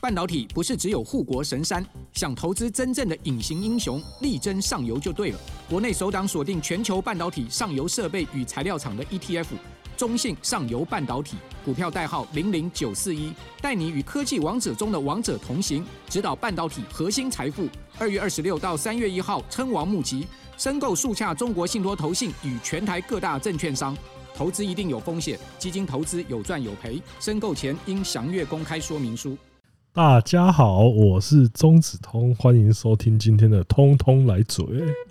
半导体不是只有护国神山，想投资真正的隐形英雄，力争上游就对了。国内首档锁定全球半导体上游设备与材料厂的 ETF， 中信上游半导体，股票代号00941，带你与科技王者中的王者同行，指导半导体核心财富。2月26到3月1号称王募集，申购速洽中国信托投信与全台各大证券商。投资一定有风险，基金投资有赚有赔，申购前应详阅公开说明书。 大家好，我是中子通，欢迎收听今天的通通来嘴。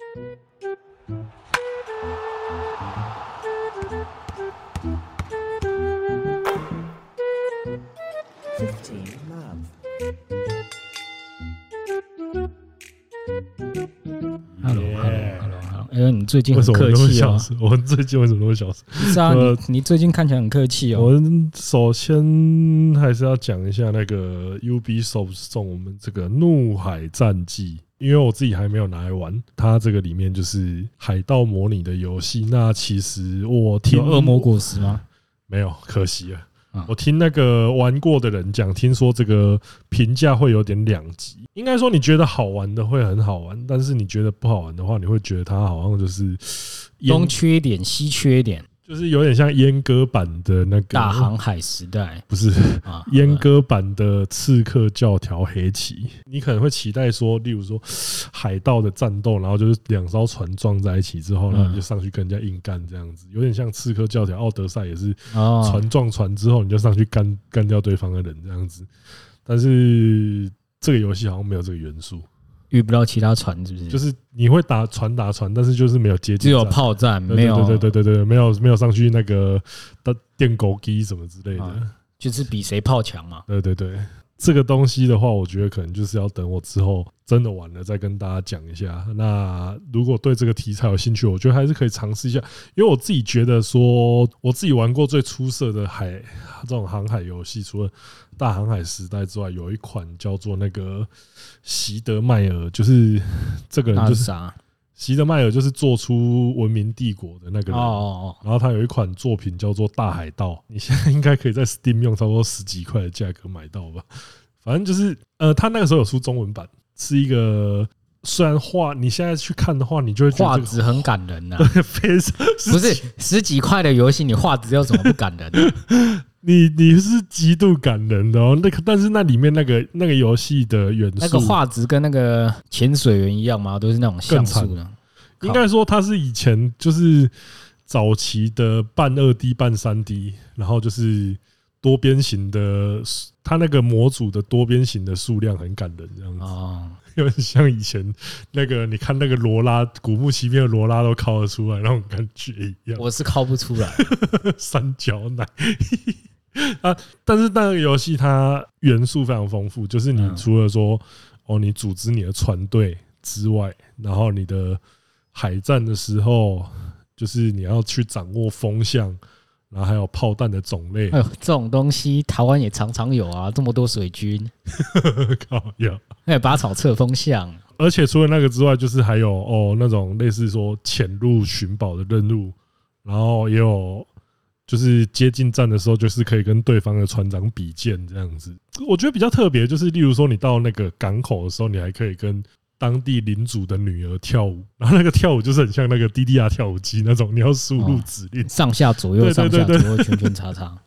Hello， 你最近很客气哦。 我最近为什么那么小声？ 是啊，你最近看起来很客气哦。 我首先还是要讲一下那个 Ubisoft 送我们这个《怒海战记》，因为我自己还没有拿来玩。它这个里面就是海盗模拟的游戏。那其实我听有恶魔果实吗？ 没有，可惜了。我听那个玩过的人讲，听说这个评价会有点两极。应该说，你觉得好玩的会很好玩，但是你觉得不好玩的话，你会觉得它好像就是东缺点西缺点， 就是有点像阉割版的那个大航海时代， 不是阉割版的刺客教条黑旗。你可能会期待说，例如说海盗的战斗，然后就是2艘船撞在一起之后，然后你就上去跟人家硬干这样子，有点像刺客教条。奥德赛也是船撞船之后，你就上去干掉对方的人这样子。但是这个游戏好像没有这个元素。遇不到其他船是不是？ 就是你会打船，但是就是没有接近， 只有炮战，没有对，没有上去那个电狗机什么之类的， 就是比谁炮强嘛。 对，这个东西的话，我觉得可能就是要等我之后真的玩了再跟大家讲一下。那如果对这个题材有兴趣，我觉得还是可以尝试一下，因为我自己觉得说，我自己玩过最出色的这种航海游戏，除了大航海时代之外，有一款叫做那个席德迈尔，就是这个人就是席德迈尔，就是做出文明帝国的那个人。然后他有一款作品叫做大海盗，你现在应该可以在 Steam 用差不多10几块的价格买到吧。反正就是他那个时候有出中文版，是一个虽然画你现在去看的话，你就会觉得画质很感人呐。 非常不是10几块的游戏，你画质要怎么不感人？ 你是极度感人的哦。但是那里面那个游戏的元素， 那个画质跟那个潜水员一样吗？都是那种像素的。 应该说它是以前就是早期的半2D 半3D，然后就是多边形的，它那个模组的多边形的数量很感人，这样子。有点像以前那个，你看那个罗拉古墓奇兵的罗拉都靠得出来那种感觉一样。 我是靠不出来， 三角奶但是那个游戏它元素非常丰富，就是你除了说你组织你的船队之外，然后你的海战的时候，就是你要去掌握风向，然后还有炮弹的种类。 这种东西台湾也常常有啊，这么多水军， 靠呀！ 拔草测风向。 而且除了那个之外，就是还有那种类似说潜入寻宝的任务，然后也有就是接近战的时候，就是可以跟对方的船长比剑这样子。我觉得比较特别，就是例如说你到那个港口的时候，你还可以跟当地领主的女儿跳舞，然后那个跳舞就是很像那个 DDR 跳舞机那种，你要输入指令， 上下左右，上下左右，圈圈叉叉。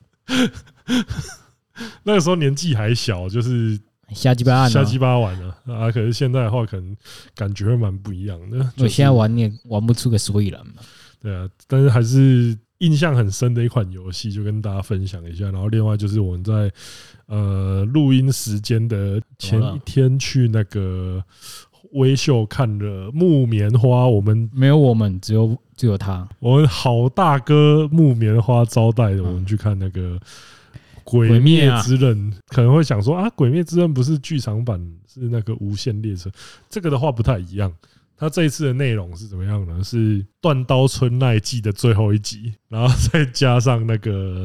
那个时候年纪还小，就是瞎鸡巴玩啊！可是现在的话，可能感觉会蛮不一样的。 我现在玩你也玩不出个所以然嘛。 对啊，但是还是印象很深的一款游戏，就跟大家分享一下。然后另外就是我们在录音时间的前一天去那个微秀看了木棉花，我们没有我们，只有他。 我们好大哥木棉花招待的，我们去看那个鬼灭之刃。可能会想说啊，鬼灭之刃不是剧场版，是那个无限列车。这个的话不太一样。它这一次的内容是怎么样呢？是断刀村那一季的最后一集，然后再加上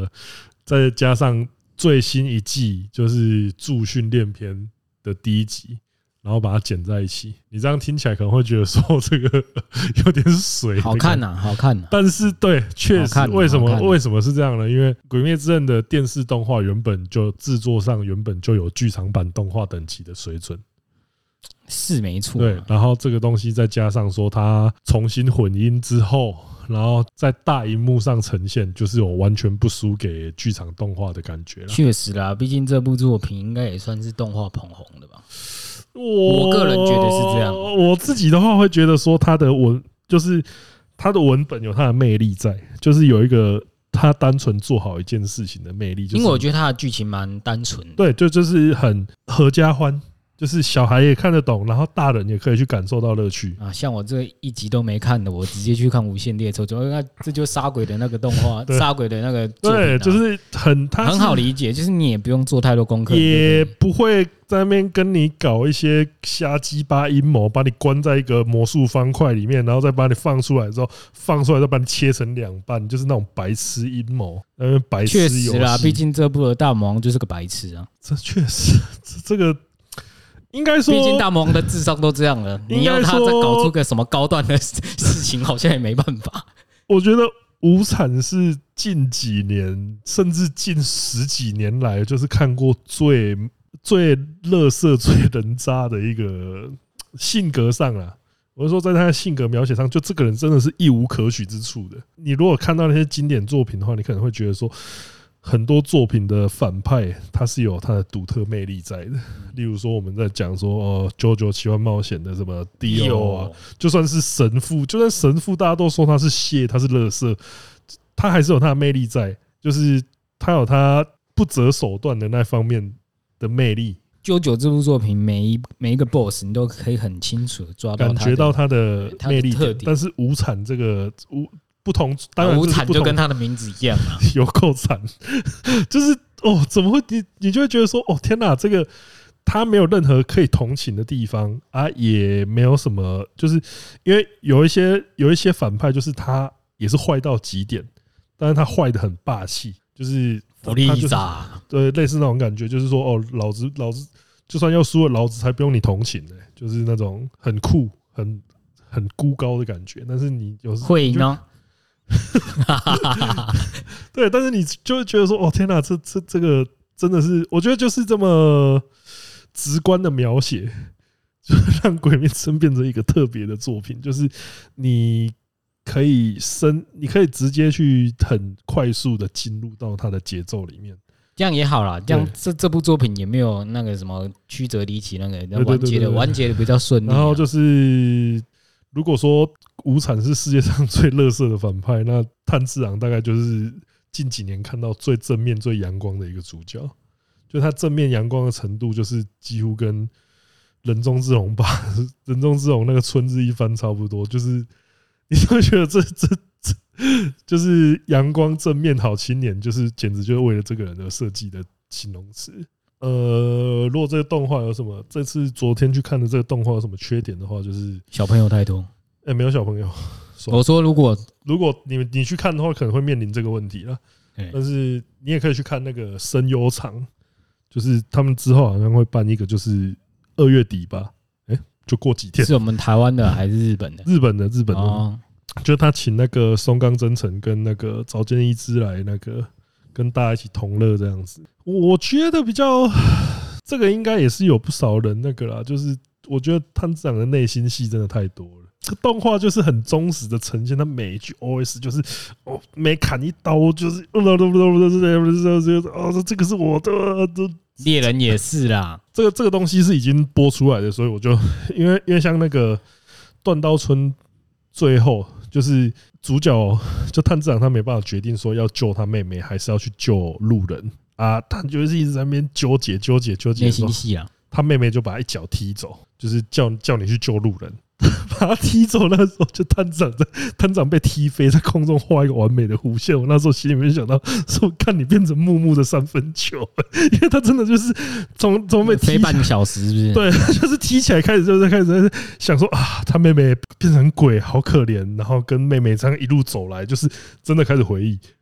最新一季，就是助训练篇的第1集。 然后把它剪在一起。你这样听起来可能会觉得说这个有点水， 好看呐，好看呐。 但是对，确实为什么是这样呢？因为《鬼灭之刃》的电视动画原本就制作上原本就有剧场版动画等级的水准。 是没错， 对，然后这个东西再加上说它重新混音之后，然后在大荧幕上呈现，就是有完全不输给剧场动画的感觉了。 确实啦，毕竟这部作品应该也算是动画捧红的吧。我个人觉得是这样。 我自己的话会觉得说，它的文本有它的魅力在，就是有一个它单纯做好一件事情的魅力。 因为我觉得它的剧情蛮单纯的， 对，就是很合家欢。就是小孩也看得懂，然后大人也可以去感受到乐趣啊。像我这一集都没看的，我直接去看《无限列车》，这就是杀鬼的那个动画，杀鬼的那个作品、啊。 对，就是很好理解，就是你也不用做太多功课， 也不会在那边跟你搞一些瞎鸡巴阴谋，把你关在一个魔术方块里面，然后再把你放出来之后，再把你切成2半，就是那种白痴阴谋，白痴游戏。确实啦，毕竟这部的大魔王就是个白痴啊。 这确实，这个。应该说， 毕竟大魔王的智商都这样了，你要他再搞出个什么高段的事情，好像也没办法。 我觉得无产是近几年，甚至近10几年来，就是看过最垃圾、最人渣的一个性格上啦。我是说，在他的性格描写上，就这个人真的是一无可取之处的。你如果看到那些经典作品的话，你可能会觉得说。很多作品的反派，它是有它的独特魅力在的。例如说，我们在讲说，JoJo 奇幻冒险的什么 Dio 啊，就算是神父，大家都说他是蟹，他是垃圾，他还是有他的魅力在，就是他有他不择手段的那方面的魅力。 JoJo 这部作品每一个 BOSS， 你都可以很清楚的抓到感觉到他的魅力特点，但是无产这个不同，当然无产就跟他的名字一样啊， 有够惨，就是怎么会你就会觉得说，天哪，这个他没有任何可以同情的地方啊，也没有什么，就是因为有一些反派，就是他也是坏到极点，但是他坏的很霸气，就是弗利萨， 对，类似那种感觉，就是说老子就算要输了，老子才不用你同情呢，就是那种很酷、很孤高的感觉，但是你有时会呢。 对，但是你就会觉得说，天哪，这个真的是，我觉得就是这么直观的描写，就让《鬼灭之刃》变成一个特别的作品，就是你可以直接去很快速的进入到它的节奏里面， 这样也好啦。这样这部作品也没有那个什么曲折离奇那个完结的比较顺利。 然后就是，如果说无产是世界上最垃圾的反派，那炭治郎大概就是近几年看到最正面、最阳光的一个主角。就他正面阳光的程度，就是几乎跟人中之龙那个春日一番差不多。就是你就会觉得这就是阳光正面好青年，就是简直就是为了这个人而设计的形容词。如果这个动画有什么，这次昨天去看的这个动画有什么缺点的话，就是小朋友太多。 没有小朋友。 我说如果你去看的话，可能会面临这个问题啦。但是你也可以去看那个声优场，就是他们之后好像会办一个，就是2月底吧，就过几天。 是我们台湾的还是日本的？ 日本的，就是他请那个松冈真澄跟那个早见一之来那个跟大家一起同乐这样子。我觉得比较这个应该也是有不少人那个啦，就是我觉得炭治郎的内心戏真的太多了。这个动画就是很忠实的呈现他每一句 OS， 就是每砍一刀就是这个是我的。 猎人也是啦， 这个东西是已经播出来的，所以我就因为像那个断刀村最后就是主角就炭治郎他没办法决定说要救他妹妹还是要去救路人啊，他就是一直在那边纠结内心戏啊。 他妹妹就把他一脚踢走，就是叫你去救路人。把他踢走那时候，就炭治郎被踢飞，在空中画一个完美的弧线。我那时候心里面想到说，看你变成木木的3分球，因为他真的就是从被踢飞半个小时，是不是？ 对，就是踢起来开始想说啊，他妹妹变成鬼，好可怜。然后跟妹妹这样一路走来，就是真的开始回忆。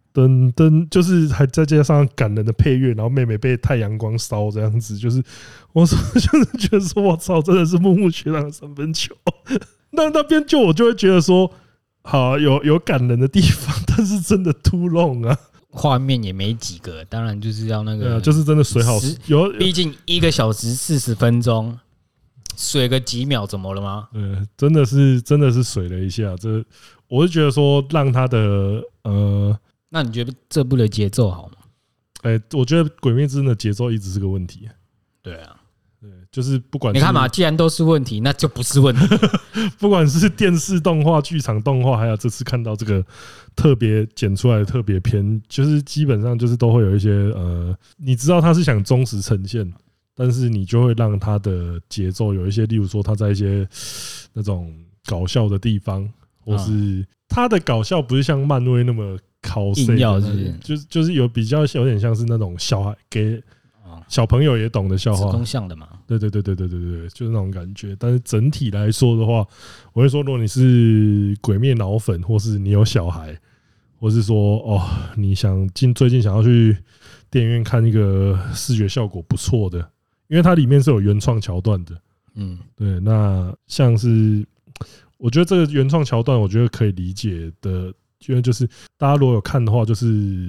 噔噔，就是还再加上感人的配乐，然后妹妹被太阳光烧这样子，就是我就是觉得说，我操，真的是木木学长的三分球。那边我就会觉得说，好有感人的地方，但是真的 too long 啊。 画面也没几个，当然就是要那个， 就是真的水好有， 毕竟1个小时40分钟，水个几秒怎么了吗？ 真的是水了一下，这我是觉得说让他的那你觉得这部的节奏好吗？ 我觉得《鬼灭之刃》的节奏一直是个问题。 对啊。 就是不管你看嘛，既然都是问题，那就不是问题。 不管是电视动画、剧场动画，还有这次看到这个特别剪出来的特别篇，就是基本上就是都会有一些你知道他是想忠实呈现，但是你就会让他的节奏有一些，例如说他在一些那种搞笑的地方，或是他的搞笑不是像漫威那么硬要就是有比较有点像是那种小孩给。小朋友也懂的笑话， 子宫像的嘛？ 对，就是那种感觉。但是整体来说的话，我会说，如果你是鬼灭脑粉，或是你有小孩，或是说你最近想要去电影院看一个视觉效果不错的，因为它里面是有原创桥段的。对。那像是我觉得这个原创桥段，我觉得可以理解的，因为就是大家如果有看的话，就是。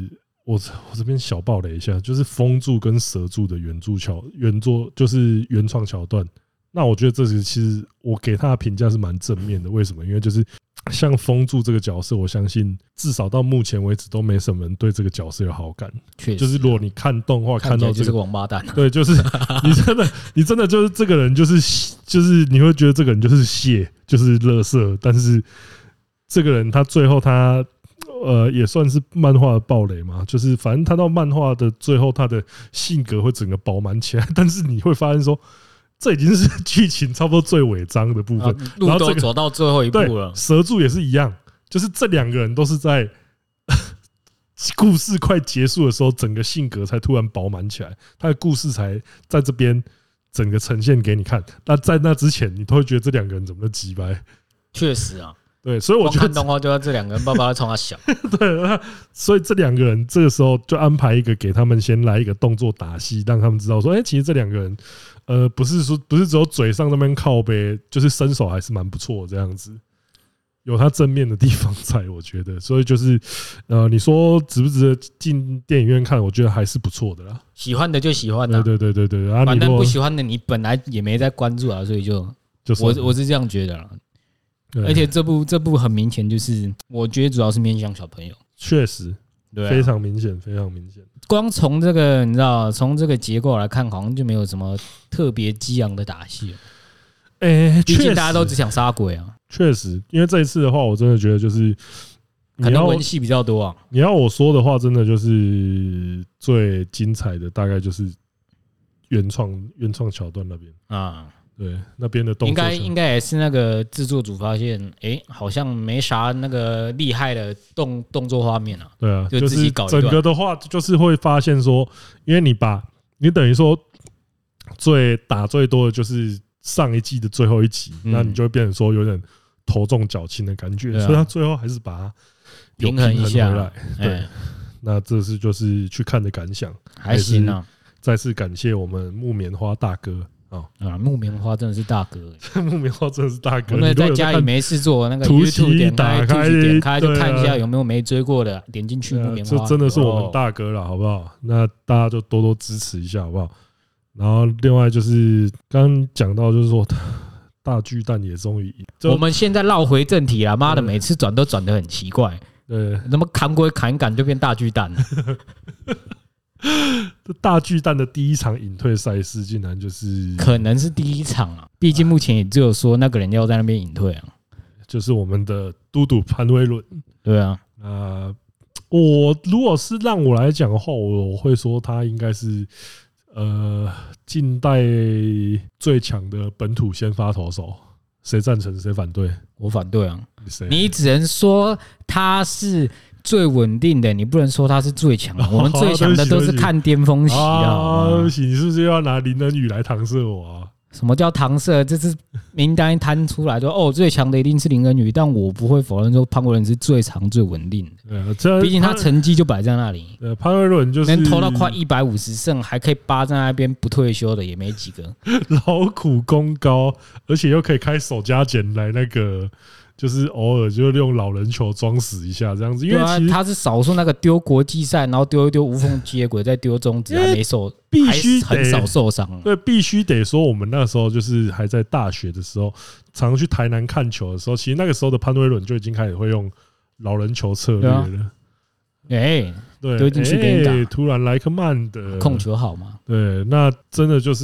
我这边小爆雷一下，就是风柱跟蛇柱的原作就是原创桥段。那我觉得这其实我给他的评价是蛮正面的。为什么？因为就是像风柱这个角色，我相信至少到目前为止都没什么人对这个角色有好感。就是如果你看动画看到这个王八蛋， 对，就是你真的就是这个人就是你会觉得这个人就是蟹，就是垃圾。但是这个人他最后他。也算是漫画的暴雷嘛，就是反正他到漫画的最后，他的性格会整个饱满起来，但是你会发现说，这已经是剧情差不多最尾章的部分， 路都走到最后一步了。 蛇柱也是一样，就是这两个人都是在故事快结束的时候，整个性格才突然饱满起来，他的故事才在这边整个呈现给你看。那在那之前，你都会觉得这两个人怎么鸡掰？ 确实啊。 对，所以我觉得看动画就要这两个人爸爸冲他小。 对，所以这两个人这个时候就安排一个给他们先来一个动作打戏，让他们知道说，其实这两个人，不是只有嘴上那边靠背，就是身手还是蛮不错这样子，有他正面的地方在，我觉得。所以就是你说值不值得进电影院看？我觉得还是不错的啦。 喜欢的就喜欢啦， 对， 反正不喜欢的你本来也没在关注啊，所以我是这样觉得啦。而且这部很明显就是，我觉得主要是面向小朋友， 确实，对，非常明显，非常明显。 光从这个你知道，从这个结构来看，好像就没有什么特别激昂的打戏。毕竟大家都只想杀鬼啊。 确实，因为这一次的话，我真的觉得就是可能文戏比较多啊。 你要我说的话，真的就是最精彩的，大概就是原创桥段那边啊。对，那边的动作应该也是那个制作组发现，好像没啥那个厉害的动作画面啊。 对啊， 就自己搞一段。整个的话，就是会发现说，因为你等于说打最多的就是上一季的最后一集，那你就会变成说有点头重脚轻的感觉，所以他最后还是把它平衡一下回来。对，那这是就是去看的感想， 还行啊。 再次感谢我们木棉花大哥。 木棉花真的是大哥， 木棉花真的是大哥。 我们在家里没事做，那个 YouTube 点开就看一下有没有没追过的，点进去木棉花。 这真的是我们大哥了，好不好？那大家就多多支持一下，好不好？然后另外就是刚刚讲到，就是说大巨蛋也终于， 我们现在绕回正题了。妈的，每次转都转得很奇怪。对，那么砍鬼砍一砍就变大巨蛋了。 大巨蛋的第一场隐退赛事，竟然就是可能是第一场啊！毕竟目前也只有说那个人要在那边隐退啊， 就是我们的都督潘威伦。 对啊， 我如果是让我来讲的话，我会说他应该是近代最强的本土先发投手。谁赞成谁反对？ 我反对啊！你只能说他是最稳定的，你不能说他是最强的。我们最强的都是看巅峰期啊！ 对不起，你是不是又要拿林恩宇来搪塞我啊？ 什么叫搪塞？这是名单摊出来说，最强的一定是林恩宇，但我不会否认说潘威伦是最长最稳定的。毕竟他成绩就摆在那里。 潘威伦就是能投到快150胜，还可以扒在那边不退休的也没几个。 劳苦功高，而且又可以开手加减来那个。就是偶尔就用老人球装死一下这样子，因为其实他是少数那个丢国际赛，然后丢一丢无缝接轨，再丢中指还没受， 必须很少受伤。 对，必须得说，我们那时候就是还在大学的时候，常去台南看球的时候，其实那个时候的潘威伦就已经开始会用老人球策略了。 对， 丢进去给你打， 突然来个慢的控球好嘛？ 对，那真的就是，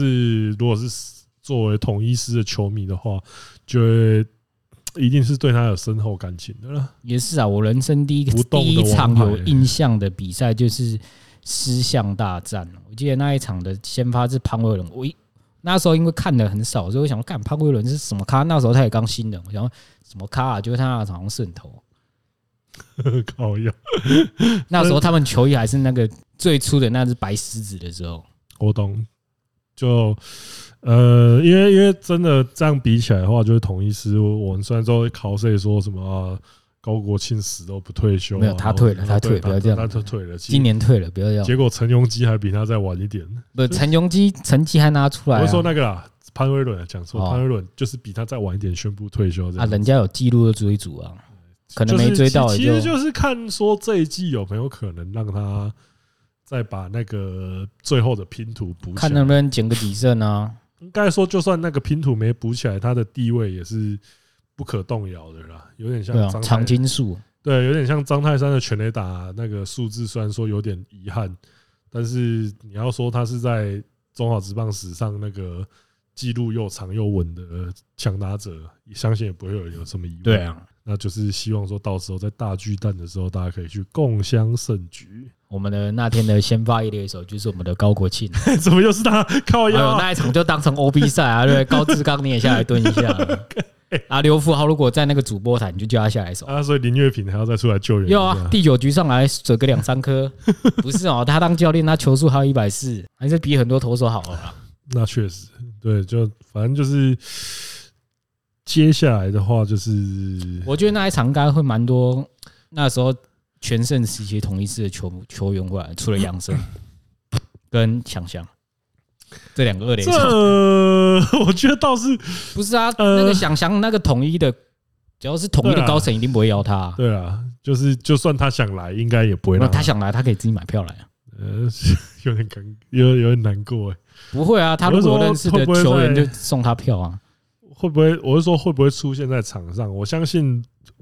如果是作为统一狮的球迷的话，就会。一定是对他有深厚感情的了。 也是啊，我人生第一场有印象的比赛就是狮象大战。我记得那一场的先发是潘威伦，我那时候因为看的很少，所以我想干潘威伦是什么咖？那时候他也刚新人，我想什么咖啊？就是他那场好像胜投， 靠呀！ 那时候他们球衣还是那个最初的那只白狮子的时候， 我懂。就因为真的这样比起来的话，就是统一狮，我们虽然说考谁说什么高国庆死都不退休， 没有他退了，他退，不要这样， 他退了， 今年退了，不要这样。 结果陈鏞基还比他再晚一点， 不，陈鏞基成绩还拿出来。 我是说那个啦，潘威伦讲错，潘威伦就是比他再晚一点宣布退休这样。 人家有记录的追逐啊，可能没追到。 其实就是看说这一季有没有可能让他。再把那个最后的拼图补起来， 看能不能捡个几胜啊？ 应该说，就算那个拼图没补起来，他的地位也是不可动摇的啦。有点像长青树， 对，有点像张泰山的全垒打那个数字，虽然说有点遗憾，但是你要说他是在中华职棒史上那个记录又长又稳的强打者，相信也不会有什么疑问。 对啊， 那就是希望说到时候在大巨蛋的时候，大家可以去共襄盛举。 我们的那天的先发一垒手就是我们的高国庆， 怎么又是他？靠腰那一场就当成 OB 赛啊，对不对？高志刚你也下来蹲一下啊。刘富豪如果在那个主播台，你就叫他下来守啊。所以林岳平还要再出来救援。 有啊，第9局上来折个2-3颗，不是哦，他当教练，他球速还有140，还是比很多投手好了啦。 那确实，对，就反正就是接下来的话，就是我觉得那一场应该会蛮多，那时候。全盛时期统一狮的球员过来，除了杨生跟强翔这2个2垒手， 我觉得倒是不是啊？那个想翔那个统一的，只要是统一的高层，一定不会邀他。 对啊，就是就算他想来，应该也不会让他想来，他可以自己买票来啊。 有点有点难过哎。 不会啊，他如果认识的球员就送他票啊。 会不会？我是说会不会出现在场上？我相信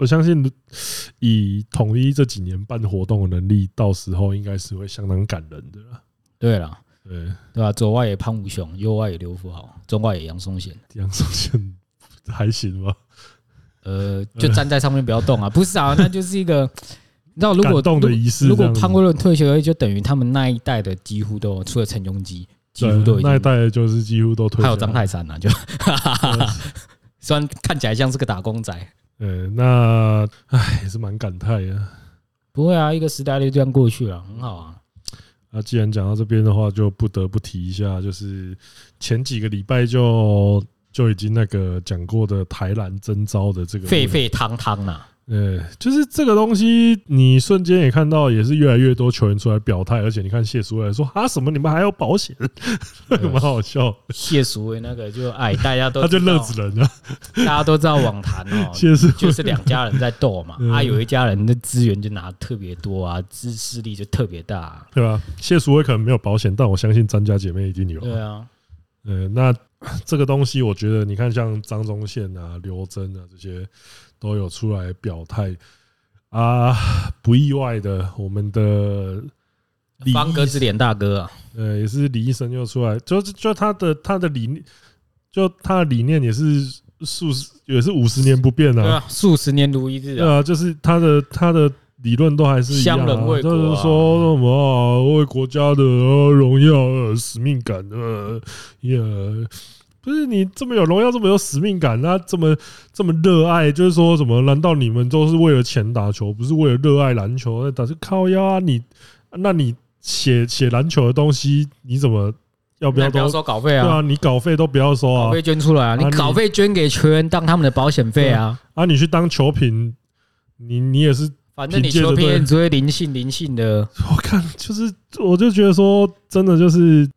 以统一这几年办活动的能力，到时候应该是会相当感人的啦。 对啦， 对吧？左外野潘武雄，右外野刘福豪，中外野杨松贤。 杨松贤还行吗？ 就站在上面不要动啊！不是啊，那就是一个，你知道，如果动的仪式。 如果潘威伦退休，就等于他们那一代的几乎都除了陈鏞基。几乎都那一代就是几乎都退， 还有张泰山啊，就虽然看起来像是个打工仔， 那也是蛮感慨的。 不会啊，一个时代就这样过去了，很好啊。 既然讲到这边的话，就不得不提一下，就是前几个礼拜就已经那个讲过的台篮征召的这个沸沸汤汤啊。 就是这个东西，你瞬间也看到，也是越来越多球员出来表态，而且你看谢淑薇说啊什么你们还有保险，蛮好笑。 谢淑薇那个就大家都他就乐子人啊， 大家都知道网坛哦，就是2家人在斗嘛，有一家人的资源就拿特别多啊，势力就特别大， 对吧？谢淑薇可能没有保险，但我相信詹家姐妹一定有。 对啊， 那这个东西，我觉得你看像张宗宪啊、刘真啊这些。都有出来表态啊，不意外的，我们的方格子脸大哥啊， 也是李医生又出来，就他的理念，就他的理念也是50年不变啊， 数十年如一日啊，就是他的理论都还是一样啊，就是说什么为国家的荣耀、使命感不是你这么有荣耀，这么有使命感，那这么热爱，就是说什么？难道你们都是为了钱打球，不是为了热爱篮球？打是靠腰啊！那你写篮球的东西，你怎么要不要都收稿费啊？ 对啊，你稿费都不要收啊， 稿费捐出来啊，你稿费捐给球员当他们的保险费啊。 啊，你去当球评，你也是， 反正你球评只会灵性的。 我看我就觉得说，真的就是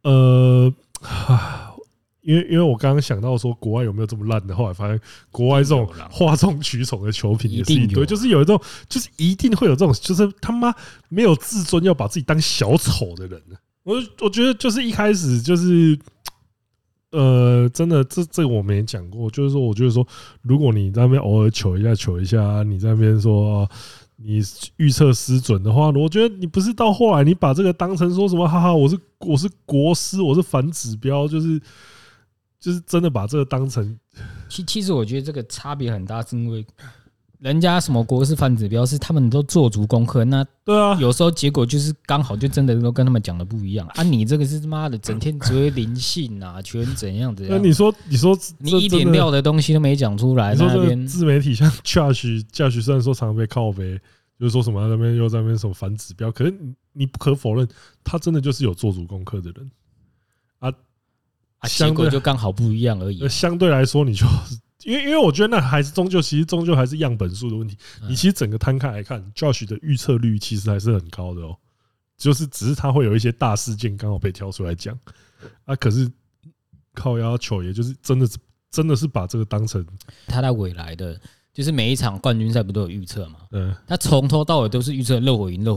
因为我刚刚想到说国外有没有这么烂的，后来发现国外这种哗众取宠的球评也是一堆，就是有一种，就是一定会有这种，就是他妈没有自尊要把自己当小丑的人。我觉得就是一开始就是真的这我没讲过，就是说我觉得说，如果你在那边偶尔糗一下，你在那边说你预测失准的话，我觉得你不是到后来你把这个当成说什么哈哈，我是国师，我是反指标，就是真的把这个当成。 其实我觉得这个差别很大，是因为人家什么国师反指标是他们都做足功课，那对啊， 有时候结果就是刚好就真的都跟他们讲的不一样啊！你这个是他妈的整天只会灵性啊，全怎样。那你说你一点料的东西都没讲出来，那边自媒体像 Josh 虽然说常被靠背，就是说什么那边又在那边什么反指标，可是你不可否认，他真的就是有做足功课的人啊。 结果就刚好不一样而已。 相对来说，你就因为我觉得那还是终究还是样本数的问题。你其实整个摊开来看 ，Josh 的预测率其实还是很高的哦，就是只是他会有一些大事件刚好被挑出来讲啊。可是靠腰球爷就是真的是把这个当成他在未来的。就是每一场冠军赛不都有预测嘛？他从头到尾都是预测热火赢，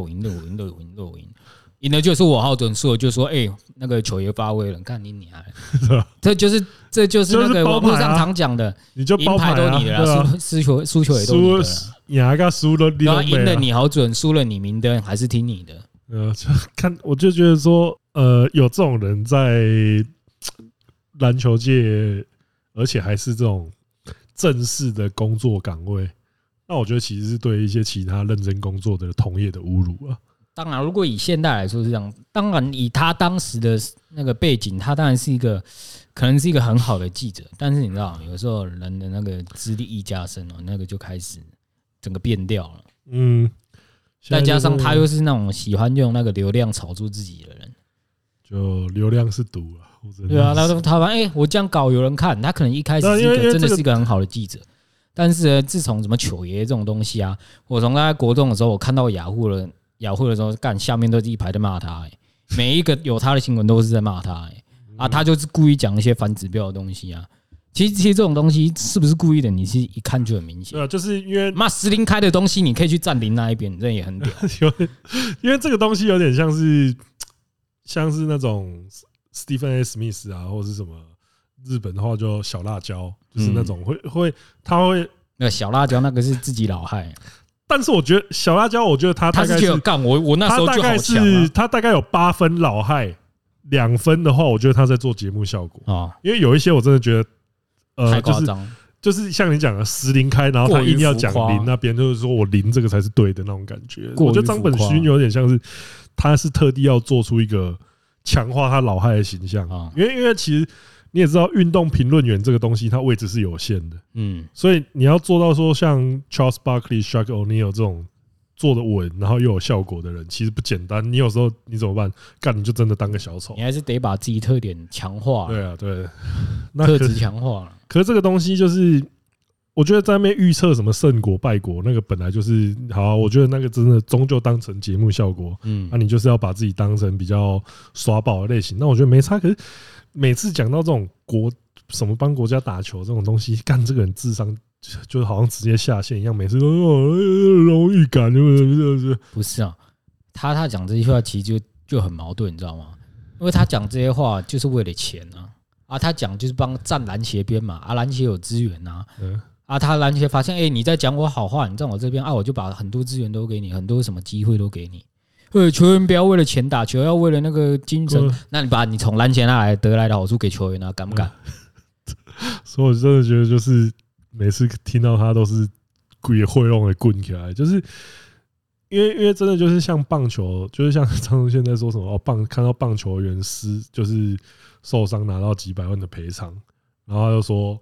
赢了就是我号准，输了就说那个球爷发威了，看你娘！这就是那个网络上常讲的， 你就银牌都你的啦，输球也都你的啦。 赢个输了， 赢了你好准，输了你明灯还是听你的。 就看我就觉得说，有这种人在篮球界，而且还是这种正式的工作岗位，那我觉得其实是对一些其他认真工作的同业的侮辱啊。 当然，如果以现代来说是这样，当然以他当时的那个背景，他当然是可能是一个很好的记者。但是你知道，有时候人的那个资历一加深那个就开始整个变掉了。再加上他又是那种喜欢用那个流量炒作自己的人， 就流量是毒啊。 对啊，他我这样搞有人看，他可能一开始真的是一个很好的记者，但是自从什么球爷这种东西啊，我从他国中的时候，我看到雅虎的时候，干下面都是一排在骂他，每一个有他的新闻都是在骂他，他就是故意讲一些反指标的东西啊。其实这种东西是不是故意的，你是一看就很明显。 对啊，就是因为骂10-0开的东西，你可以去站0那一边，这也很屌。 因为这个东西有点像是那种 Stephen A. Smith 啊，或者是什么日本的话就小辣椒，就是那种他会那小辣椒那个是自己老害。 但是我觉得小辣椒，我觉得他大概是干我那时候就好强啊。 他大概有8分老害，2分的话，我觉得他在做节目效果啊。因为有一些我真的觉得太夸张， 就是像你讲的10-0开，然后他硬要讲0那边，就是说我0这个才是对的那种感觉。我觉得张本勋有点像是他是特地要做出一个强化他老害的形象啊。因为其实你也知道，运动评论员这个东西，它位置是有限的，所以你要做到说像 Charles Barkley、Shaq O'Neal 这种做得稳，然后又有效果的人，其实不简单。你有时候你怎么办？干你就真的当个小丑， 你还是得把自己特点强化。 对啊，对， 特质强化了。 可是这个东西就是，我觉得在那边预测什么胜果败果，那个本来就是好。我觉得那个真的终究当成节目效果，那你就是要把自己当成比较耍宝的类型。那我觉得没差。可是每次讲到这种什么帮国家打球这种东西，干这个人智商就好像直接下线一样，每次都荣誉感， 不是啊？他讲这些话其实就很矛盾，你知道吗？因为他讲这些话就是为了钱啊，他讲就是帮站篮协边嘛，篮协有资源他篮协发现你在讲我好话，你站我这边我就把很多资源都给你，很多什么机会都给你。球员不要为了钱打球，要为了那个精神。那你把你从篮协那得来的好处给球员敢不敢？ 所以我真的觉得，就是每次听到他都是鬼会弄的滚起来，就是因为真的就是像棒球，就是像张宗宪在说什么看到棒球员就是受伤拿到几百万的赔偿，然后他就说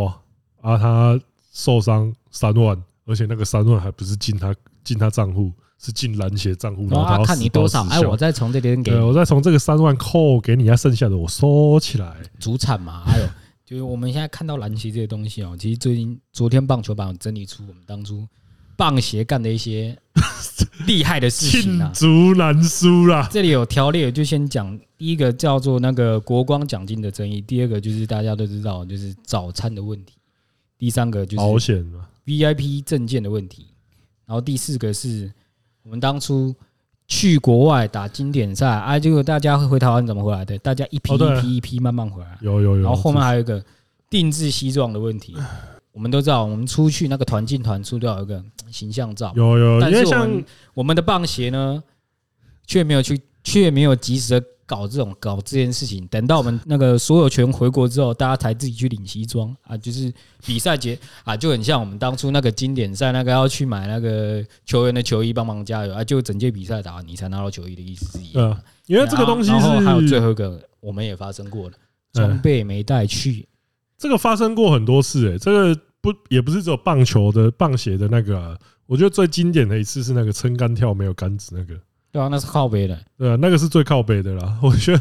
他受伤3万，而且那个3万还不是进他账户。 是进篮协账户， 然后看你多少，我再从这边给你， 我再从这个3万扣给你，剩下的我收起来。 主产嘛，还有就是我们现在看到篮协这些东西哦，其实昨天棒球版有整理出我们当初棒协干的一些厉害的事情啊， 罄竹难书啦。 这里有条列，就先讲第一个叫做那个国光奖金的争议，第二个就是大家都知道就是早餐的问题，第三个就是保险 VIP 证件的问题，然后第四个是我们当初去国外打经典赛啊，结果大家会回台湾怎么回来的？大家一批慢慢回来， 有， 然后后面还有一个定制西装的问题。我们都知道，我们出去那个团进团出都要有一个形象照， 有， 但是我们的棒协呢，却没有及时的搞这件事情。等到我们那个所有权回国之后，大家才自己去领西装啊，就是比赛节啊，就很像我们当初那个经典赛那个要去买那个球员的球衣帮忙加油啊，就整届比赛打你才拿到球衣的意思是一样的。 因为这个东西是还有最后一个我们也发生过的，装备没带去。 这个发生过很多次这个也不是只有棒球的棒协的那个我觉得最经典的一次是那个撑杆跳没有杆子那个。 对啊，那是靠北的。 对啊，那个是最靠北的啦。我觉得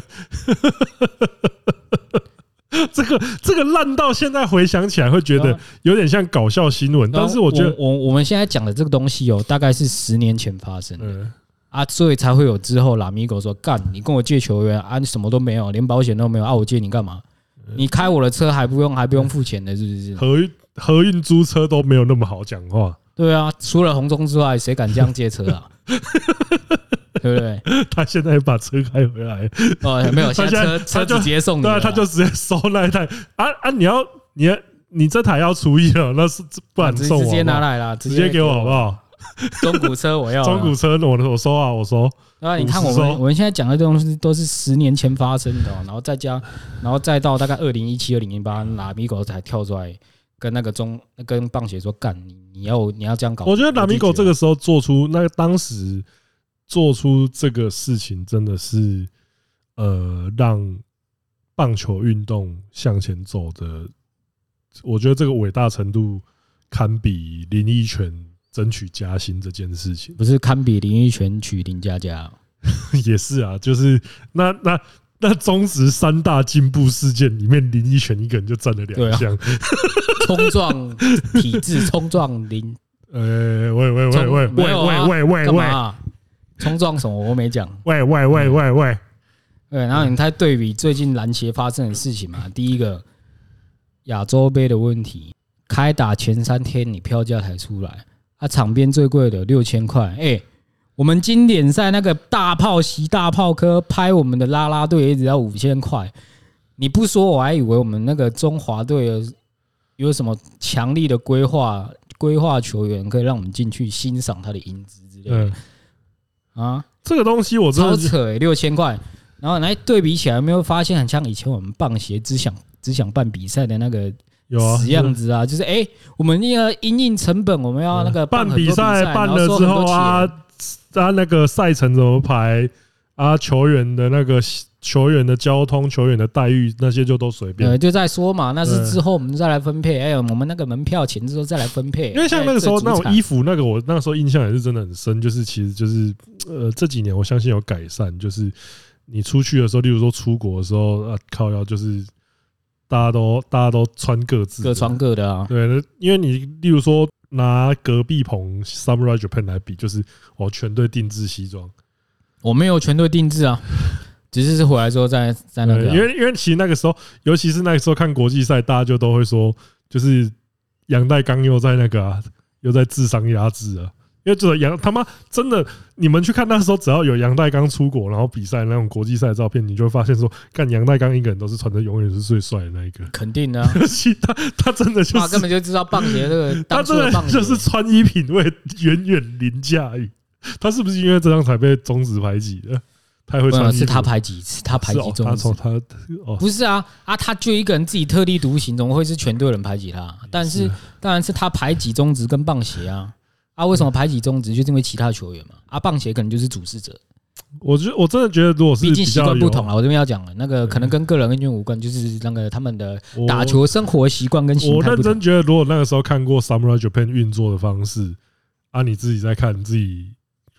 这个烂到现在回想起来会觉得有点像搞笑新闻，但是我觉得我们现在讲的这个东西大概是10年前发生的啊，所以才会有之后拉米狗说干，你跟我借球员啊，你什么都没有，连保险都没有啊，我借你干嘛？你开我的车还不用付钱的，是不是？ 合运租车都没有那么好讲话。 对啊，除了红中之外，谁敢这样借车啊？对不对？ 他现在把车开回来没有，现在车就直接送你了。 对啊，他就直接收那一台你这台要除役了，那是不然送我直接拿来啦， 直接给我好不好？ 中古车我要中古车我收啊，我收。 啊，你看我们现在讲的东西都是10年前发生的，然后再到大概2017、2018，拉米狗才跳出来跟跟棒协说干，你要这样搞。 我觉得拉米狗这个时候当时做出这个事情，真的是让棒球运动向前走的。我觉得这个伟大程度堪比林益全争取加薪这件事情， 不是堪比林益全娶林佳佳， 也是啊，就是那中职3大进步事件里面，林益全一个人就占了2项， 冲撞体制，冲撞林， 喂， 干嘛？冲撞什么？我没讲。 喂， 对，然后你再对比最近篮协发生的事情嘛，第一个亚洲杯的问题，开打前3天你票价才出来。场边最贵的6000块，我们经典赛那个大炮席大炮科拍我们的啦啦队也只要5000块，你不说我还以为我们那个中华队有什么强力的规划球员可以让我们进去欣赏他的影子之类的啊， 这个东西我真的超扯6000块，然后来对比起来，有没有发现很像以前我们棒协只想办比赛的那个？ 有啊， 死样子啊，就是我们那个因应成本，我们要那个办比赛办了之后啊，那个赛程怎么排啊？球员的那个球员的交通、球员的待遇那些就都随便。 就在说嘛，那是之后我们再来分配。我们那个门票钱之后再来分配。 因为像那个时候那种衣服，那个我那个时候印象也是真的很深，就是其实就是这几年我相信有改善，就是你出去的时候，例如说出国的时候靠腰就是。大家都穿各自， 各穿各的啊。 对，因为你例如说拿隔壁棚 Samurai Japan 来比，就是全队定制西装。 我没有全队定制啊，只是回来之后在那个。 因为其实那个时候，尤其是那个时候看国际赛，大家就都会说，就是杨代刚又在那个又在智商压制啊。因为这他妈真的，你们去看那时候，只要有杨代刚出国，然后比赛那种国际赛的照片，你就会发现说，干杨代刚一个人都是穿的永远是最帅的那一个。 肯定的、啊， 他真的就是根本就知道棒协这个， 他真的就是穿衣品味远远凌驾于他，是不是因为这样才被中职排挤的？太会穿衣服， 是他排挤，是他排挤中职。不是啊，他就一个人自己特立独行，怎么会是全队人排挤他？但是当然是他排挤中职跟棒协啊。为什么排挤中职？就是因为其他球员嘛。棒协可能就是主事者。我真的觉得，如果是毕竟习惯不同啊，我这边要讲了，那个可能跟个人恩怨无关，就是那个他们的打球生活习惯跟心态不同。 我认真觉得，如果那个时候看过 Samurai Japan 运作的方式，你自己在看，你自己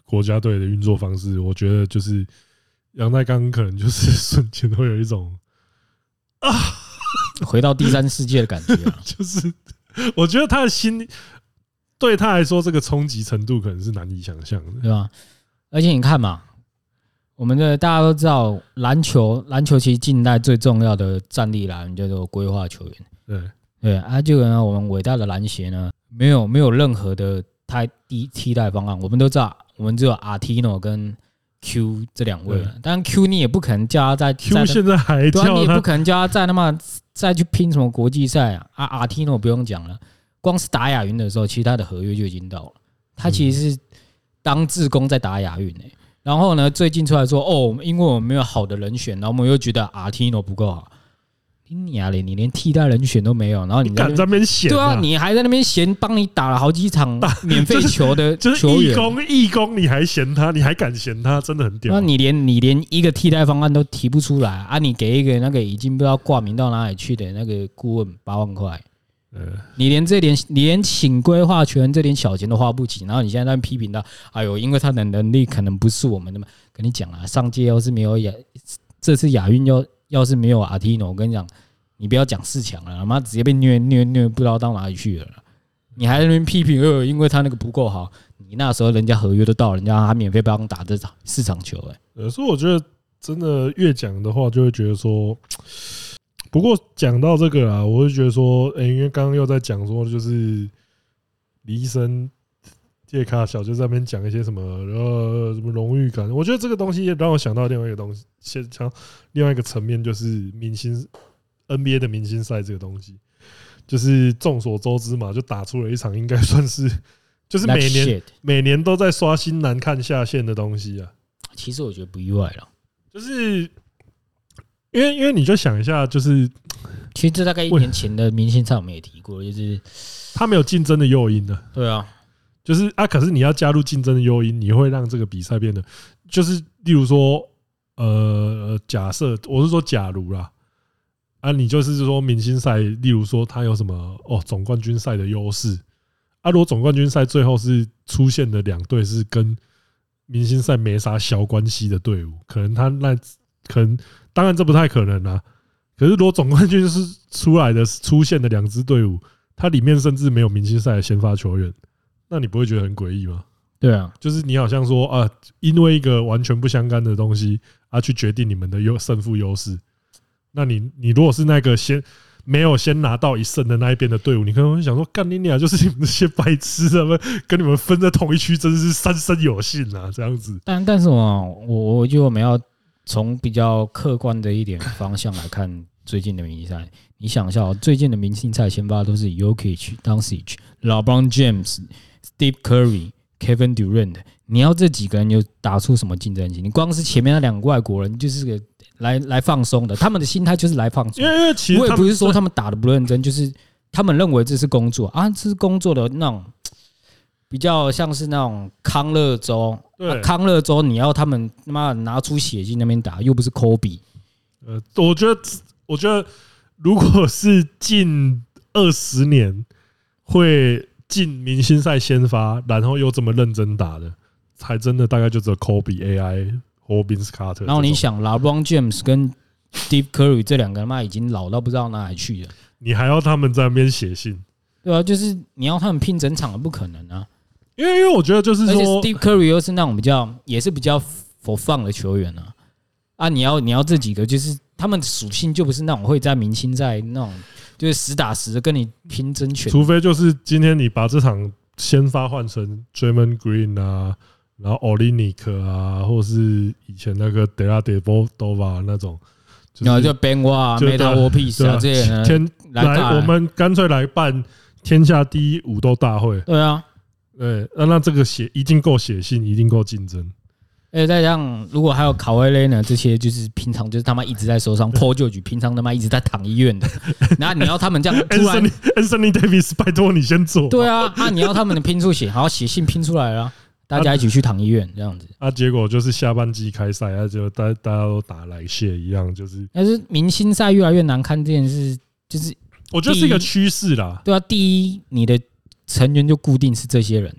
国家队的运作方式，我觉得就是杨代刚可能就是瞬间会有一种回到第三世界的感觉就是我觉得他的心对他来说，这个冲击程度可能是难以想象的， 对吧？而且你看嘛，我们的大家都知道，篮球其实近代最重要的战力来源叫做规划球员。对啊，就呢，我们伟大的篮协呢，没有任何的替代方案。我们都知道，我们只有 Artino 跟 Q 这2位了。当然 Q 你也不可能叫他在 Q 现在还叫他， 你也不可能叫他在再去拼什么国际赛啊。Artino 不用讲了，光是打亚运的时候，其实他的合约就已经到了。他其实是当志工在打亚运然后呢，最近出来说因为我们没有好的人选，然后我们又觉得 Artino 不够好。你连替代人选都没有，然后你敢在那边嫌？ 对啊，你还在那边嫌帮你打了好几场免费球的球员， 义工，你还嫌他，你还敢嫌他，真的很屌。 那你连一个替代方案都提不出来啊！你给一个那个已经不知道挂名到哪里去的那个顾问8万块，你连请规划球员这点小钱都花不起，然后你现在在批评他，哎呦，因为他的能力可能不是我们的嘛。跟你讲啊，上届要是没有这次亚运要是没有Artino，我跟你讲，你不要讲4强了，他妈直接被虐不知道到哪里去了。你还在那边批评因为他那个不够好，你那时候人家合约都到了，人家还免费帮打这4场球所以我觉得真的越讲的话，就会觉得说，不过讲到这个啊，我会觉得说，因为刚刚又在讲说，就是李医生。叶卡小就在那边讲一些什么什么荣誉感，我觉得这个东西也让我想到另外一个东西，像另外一个层面就是明星 NBA 的明星赛这个东西，就是众所周知嘛，就打出了一场应该算是就是每年都在刷新难看下限的东西啊。 其实我觉得不意外了， 就是因为你就想一下，就是其实这大概1年前的明星赛我们也提过，就是他没有竞争的诱因的。 对啊。 就是可是你要加入竞争的诱因，你会让这个比赛变得，就是例如说，假设我是说假如啦，你就是说明星赛，例如说他有什么总冠军赛的优势，如果总冠军赛最后是出现的2队是跟明星赛没啥小关系的队伍，可能当然这不太可能啦。可是如果总冠军是出现的2支队伍，它里面甚至没有明星赛的先发球员。那你不会觉得很诡异吗？ 对啊， 就是你好像说因为一个完全不相干的东西去决定你们的胜负优势。那你如果是那个没有先拿到1胜的那一边的队伍，你可能会想说，干你俩就是你们这些白痴，跟你们分在同一区，真是三生有幸啊，这样子。 但是我觉得我们要从比较客观的一点方向来看最近的明星赛。你想一下，最近的明星赛先发都是 Jokic、Doncic、LeBron James、Steve Curry、Kevin Durant， 你要这几个人有打出什么竞争性？你光是前面那2个外国人就是个来放松的，他们的心态就是来放松。因为其实我也不是说他们打的不认真，就是他们认为这是工作啊，这是工作的那种比较像是那种康乐州。康乐州你要他们他妈拿出血进那边打，又不是 Kobe。 我觉得如果是近20年会进明星赛先发，然后又这么认真打的，才真的大概就只有 Kobe、AI 或 Vince Carter。 然后你想 LeBron James 跟 Steve Curry 这2个人已经老到不知道哪里去了， 你还要他们在那边写信？对啊，就是你要他们拼整场的不可能啊。 因为我觉得就是说，而且 Steve Curry 又是那种也是比较for fun的球员啊。你要这几个就是他们的属性就不是那种会在明星赛那种就是实打实的跟你拼争权， 除非就是今天你把这场先发换成 Draymond Green 啊，然后 Olynyk 啊，或是以前那个 Dellavedova 那种， 然后就 Ben Wallace、Meta World Peace 这些人来，我们干脆来办天下第一武斗大会。 对啊， 对，那这个一定够血性，一定够竞争。 再这样，如果还有卡威雷呢，这些就是平常就是他妈一直在受伤，Paul George 平常他妈一直在躺医院的，然后你要他们这样突然 Anthony Davis 拜托你先做。 对啊，你要他们拼出血，好写信拼出来了，大家一起去躺医院这样子。 结果就是下半季开赛，就大家都打来血一样，就是。 但是明星赛越来越难看这件事，就是我觉得是一个趋势啦。 对啊，第一，你的成员就固定是这些人了。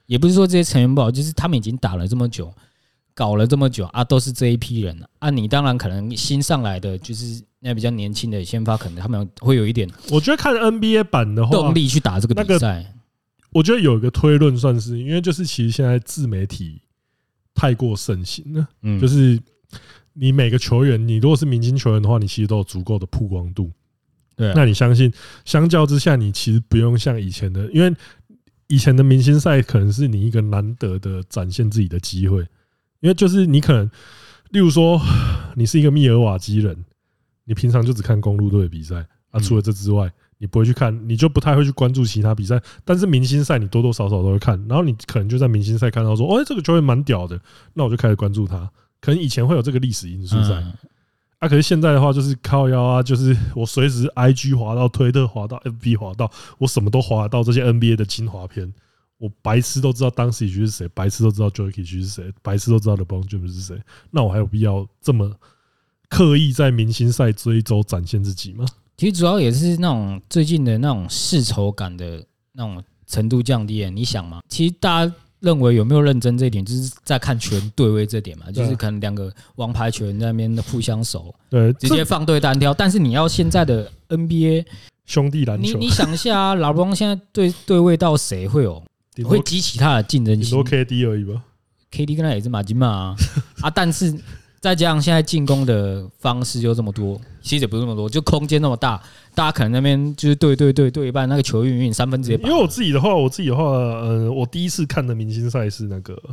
也不是说这些成员不好，就是他们已经打了这么久，搞了这么久啊，都是这一批人啊。你当然可能新上来的就是那比较年轻的先发，可能他们会有一点， 我觉得看 NBA 版的话， 动力去打这个比赛。 我觉得有一个推论，算是因为就是其实现在自媒体太过盛行了，就是你每个球员，你如果是明星球员的话，你其实都有足够的曝光度。 对， 那你相信，相较之下，你其实不用像以前的，因为以前的明星赛可能是你一个难得的展现自己的机会，因为就是你可能，例如说，你是一个密尔瓦基人，你平常就只看公鹿队的比赛啊，除了这之外，你不会去看，你就不太会去关注其他比赛。但是明星赛你多多少少都会看，然后你可能就在明星赛看到说，这个球员蛮屌的，那我就开始关注他。可能以前会有这个历史因素在。可是现在的话就是靠腰啊，就是我随时 IG 滑到推特滑到 FB 滑到，我什么都滑到这些 NBA 的精华片，我白痴都知道当时是谁，白痴都知道 Jokic 是谁，白痴都知道 LeBron James 是谁，那我还有必要这么刻意在明星赛这一周展现自己吗？ 其实主要也是那种最近的那种世仇感的那种程度降低了。你想嘛，其实大家认为有没有认真这一点，就是在看球员对位这点嘛，就是可能两个王牌球员在那边互相守， 对， 直接放对单挑。但是你要现在的 NBA 兄弟篮球， 你想一下啊，老布朗现在对位到谁会激起他的竞争性？ 顶多 KD 而已吧。 KD 跟他也是马金嘛但是再加上现在进攻的方式又这么多，其实也不是那么多，就空间那么大，大家可能那边就是对一半，那个球运三分直接。 因为我自己的话，我第一次看的明星赛是那个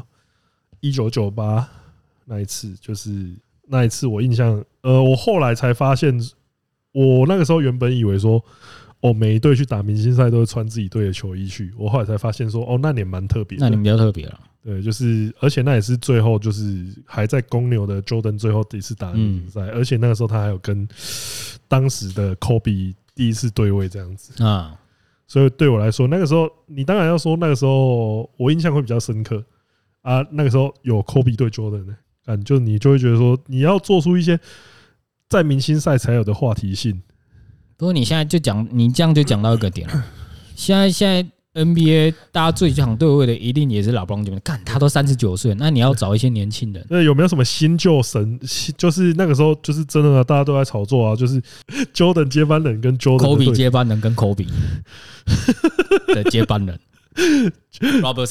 1998那一次，就是那一次我印象，我后来才发现，我那个时候原本以为说，每一队去打明星赛都会穿自己队的球衣去，我后来才发现说，那年蛮特别的， 那年比较特别了。 对，就是而且那也是最后就是还在公牛的 Jordan 最后第一次打明星赛，而且那个时候他还有跟当时的 Kobe 第一次对位这样子啊，所以对我来说，那个时候你当然要说那个时候我印象会比较深刻啊，那个时候有 Kobe 对 Jordan 的，就你就会觉得说你要做出一些在明星赛才有的话题性。 不过你现在就讲，你这样就讲到一个点了，现在。NBA 大家最想对位的一定也是老布朗，干他都39岁，那你要找一些年轻人。 有没有什么新旧神？就是那个时候就是真的，大家都在炒作啊，就是 Jordan 接班人跟 Kobe 接班人跟 Kobe 的接班人，Robert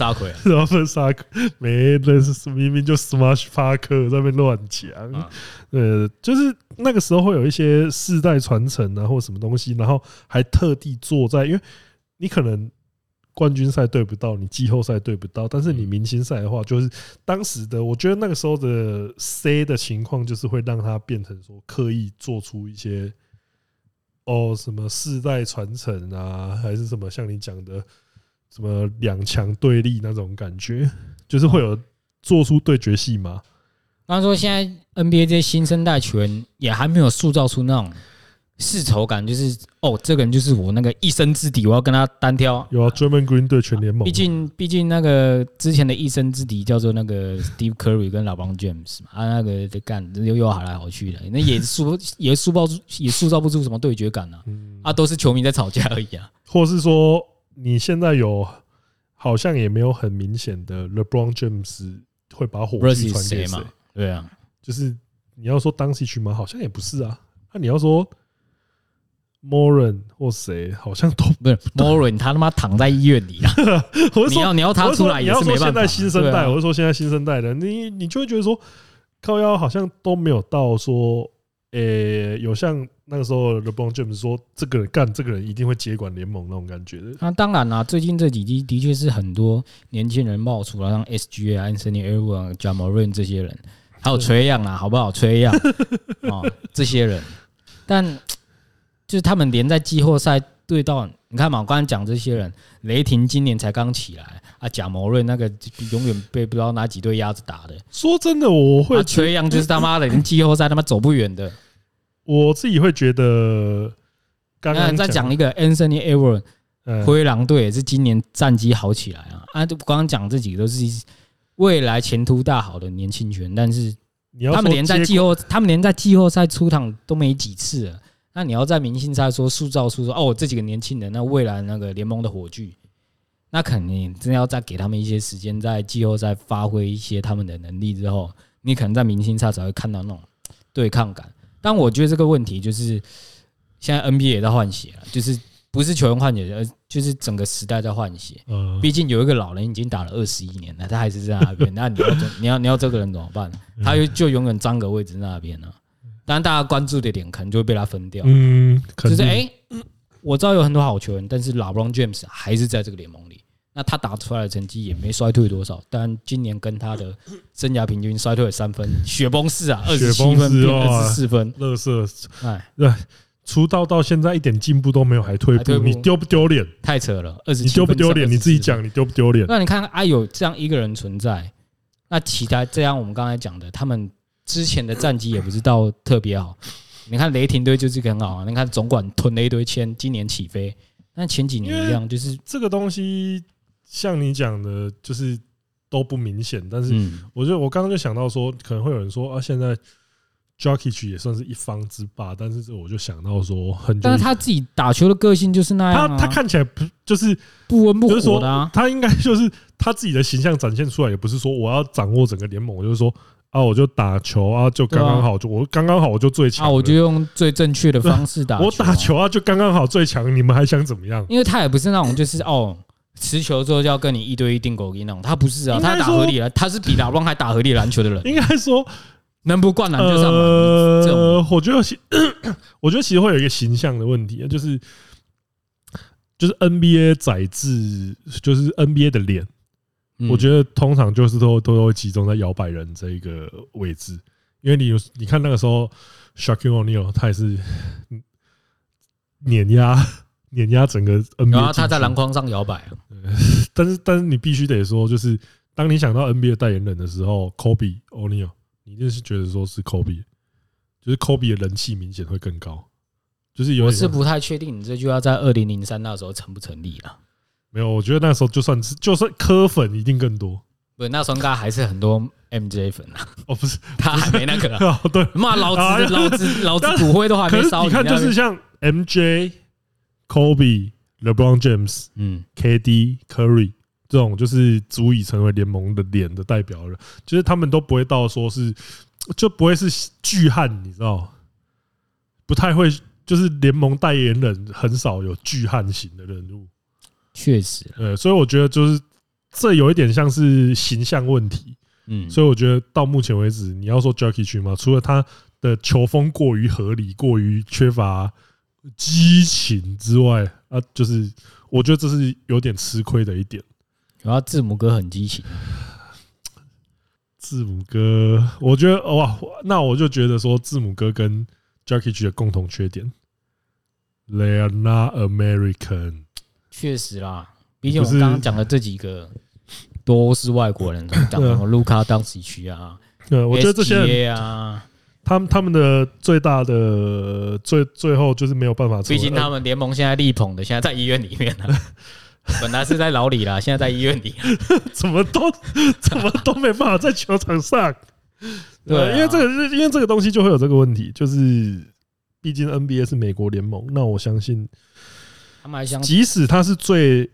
Sacre 没认识，明明就 Smash Parker 在那边乱讲。就是那个时候会有一些世代传承啊，或什么东西，然后还特地坐在，因为你可能。冠军赛对不到，你季后赛对不到，但是你明星赛的话，就是当时的，我觉得那个时候的 C 的情况，就是会让它变成说刻意做出一些什么世代传承啊，还是什么像你讲的什么两强对立那种感觉，就是会有做出对决戏码。 当然说现在 NBA 这些新生代球员也还没有塑造出那种。世仇感就是这个人就是我那个一生之敌，我要跟他单挑。 有啊 ，Draymond Green 对全联盟。 毕竟那个之前的一生之敌叫做那个 Steve Curry 跟LeBron James 嘛，那个干又好来好去的，那也塑造不出什么对决感啊，都是球迷在吵架而已啊。 或是说你现在好像也没有很明显的 LeBron James 会把火炬传给谁？ 对啊，就是你要说当西区吗？好像也不是啊。那你要说。Moran 或谁好像都不是 Moran， 他妈躺在医院里啦。你要他出来也是没办法。 现在新生代，我是说现在新生代的，你就会觉得说，靠腰好像都没有到说，有像那个时候 LeBron James 说这个人一定会接管联盟那种感觉的。 那当然啦，最近这几季的确是很多年轻人冒出来，像 SGA 啊、Anthony Edwards、Ja Morant 这些人，还有Trae Young啊，好不好？Trae Young 这些人，但。就是他们连在季后赛对到，你看嘛，我刚才讲这些人，雷霆今年才刚起来啊，贾摩瑞那个永远被不知道哪几队压着打的。 说真的，我会缺样就是他妈的，连季后赛他妈走不远的。 我自己会觉得，刚刚再讲一个 Anthony Edwards，灰狼队也是今年战绩好起来啊。刚刚讲这几个都是未来前途大好的年轻球员，但是他们连在季后赛出场都没几次了。那你要在明星赛说塑造出这几个年轻人，那未来那个联盟的火炬， 那肯定真的要再给他们一些时间，在季后赛发挥一些他们的能力之后，你可能在明星赛才会看到那种对抗感。但我觉得这个问题就是现在 NBA 也在换血了，就是不是球员换血，而就是整个时代在换血。毕竟有一个老人已经打了21年了，他还是在那边，那你要这个人怎么办？他就永远占个位置在那边了。当然，大家关注的点可能就会被他分掉。就是我知道有很多好球员，但是 LeBron James 还是在这个联盟里。那他打出来的成绩也没衰退多少，但今年跟他的生涯平均衰退了3分，雪崩式啊，27分变24分， 垃圾。对，出道到现在一点进步都没有，还退步，你丢不丢脸？ 太扯了，27分， 你丢不丢脸？你自己讲，你丢不丢脸？ 那你看有这样一个人存在，那其他这样我们刚才讲的，他们之前的战绩也不是到特别好。你看雷霆队就是一个很好啊，你看总管囤了一堆签，今年起飞，但前几年一样，就是这个东西。像你讲的，就是都不明显，但是我刚刚就想到说，可能会有人说啊，现在 Jokic 也算是一方之霸，但是我就想到说， 但是他自己打球的个性就是那样， 他看起来就是不温不火的啊， 他应该就是他自己的形象展现出来，也不是说我要掌握整个联盟，我就是说啊，我就打球啊，就刚刚好，我刚刚好我就最强， 我就用最正确的方式打球， 我打球啊就刚刚好最强，你们还想怎么样？ 因为他也不是那种就是持球之后就要跟你1对1定狗一那种，他不是啊，他打合理了，他是比LeBron还打合理篮球的人。 应该说， 能不灌篮就上篮。 我觉得其实会有一个形象的问题，就是 NBA 宰制，就是 NBA 的脸，我觉得通常就是都会集中在摇摆人这一个位置，因为你看那个时候 Shaquille O'Neal 他也是碾压整个 NBA， 然后他在篮筐上摇摆啊。 但是你必须得说，就是当你想到 NBA 代言人的时候 ，Kobe O'Neal， 你一定是觉得说是 Kobe， 就是 Kobe 的人气明显会更高。就是我是不太确定你这句话在2003那时候成不成立了。 没有，我觉得那时候就算科粉一定更多。 不，那时候应该还是很多 MJ 粉啊。 不是， 他还没那个、 啊。对， 妈，老子骨灰都还没烧。 你看，就是像 MJ、Kobe、LeBron James、KD、Curry 这种，就是足以成为联盟的脸的代表了。就是他们都不会到说是，就不会是巨汉，你知道，不太会。就是联盟代言人很少有巨汉型的人物。 确实， 所以我觉得就是这有一点像是形象问题，所以我觉得到目前为止，你要说 Jokic 嘛，除了他的球风过于合理、过于缺乏激情之外，就是我觉得这是有点吃亏的一点。 然后字母哥很激情， 字母哥，我觉得哇，那我就觉得说字母哥跟 Jokic 的共同缺点 ，They are not American。 确实啦，毕竟我们刚刚讲的这几个都是外国人，讲什么卢卡当时区啊， 我觉得这些人啊， 他们的最大的最后就是没有办法。 毕竟他们联盟现在力捧的，现在在医院里面了。本来是在牢里啦，现在在医院里，怎么都没办法在球场上。 对， 因为这个东西就会有这个问题，就是毕竟 NBA 是美国联盟，那我相信。即使它是最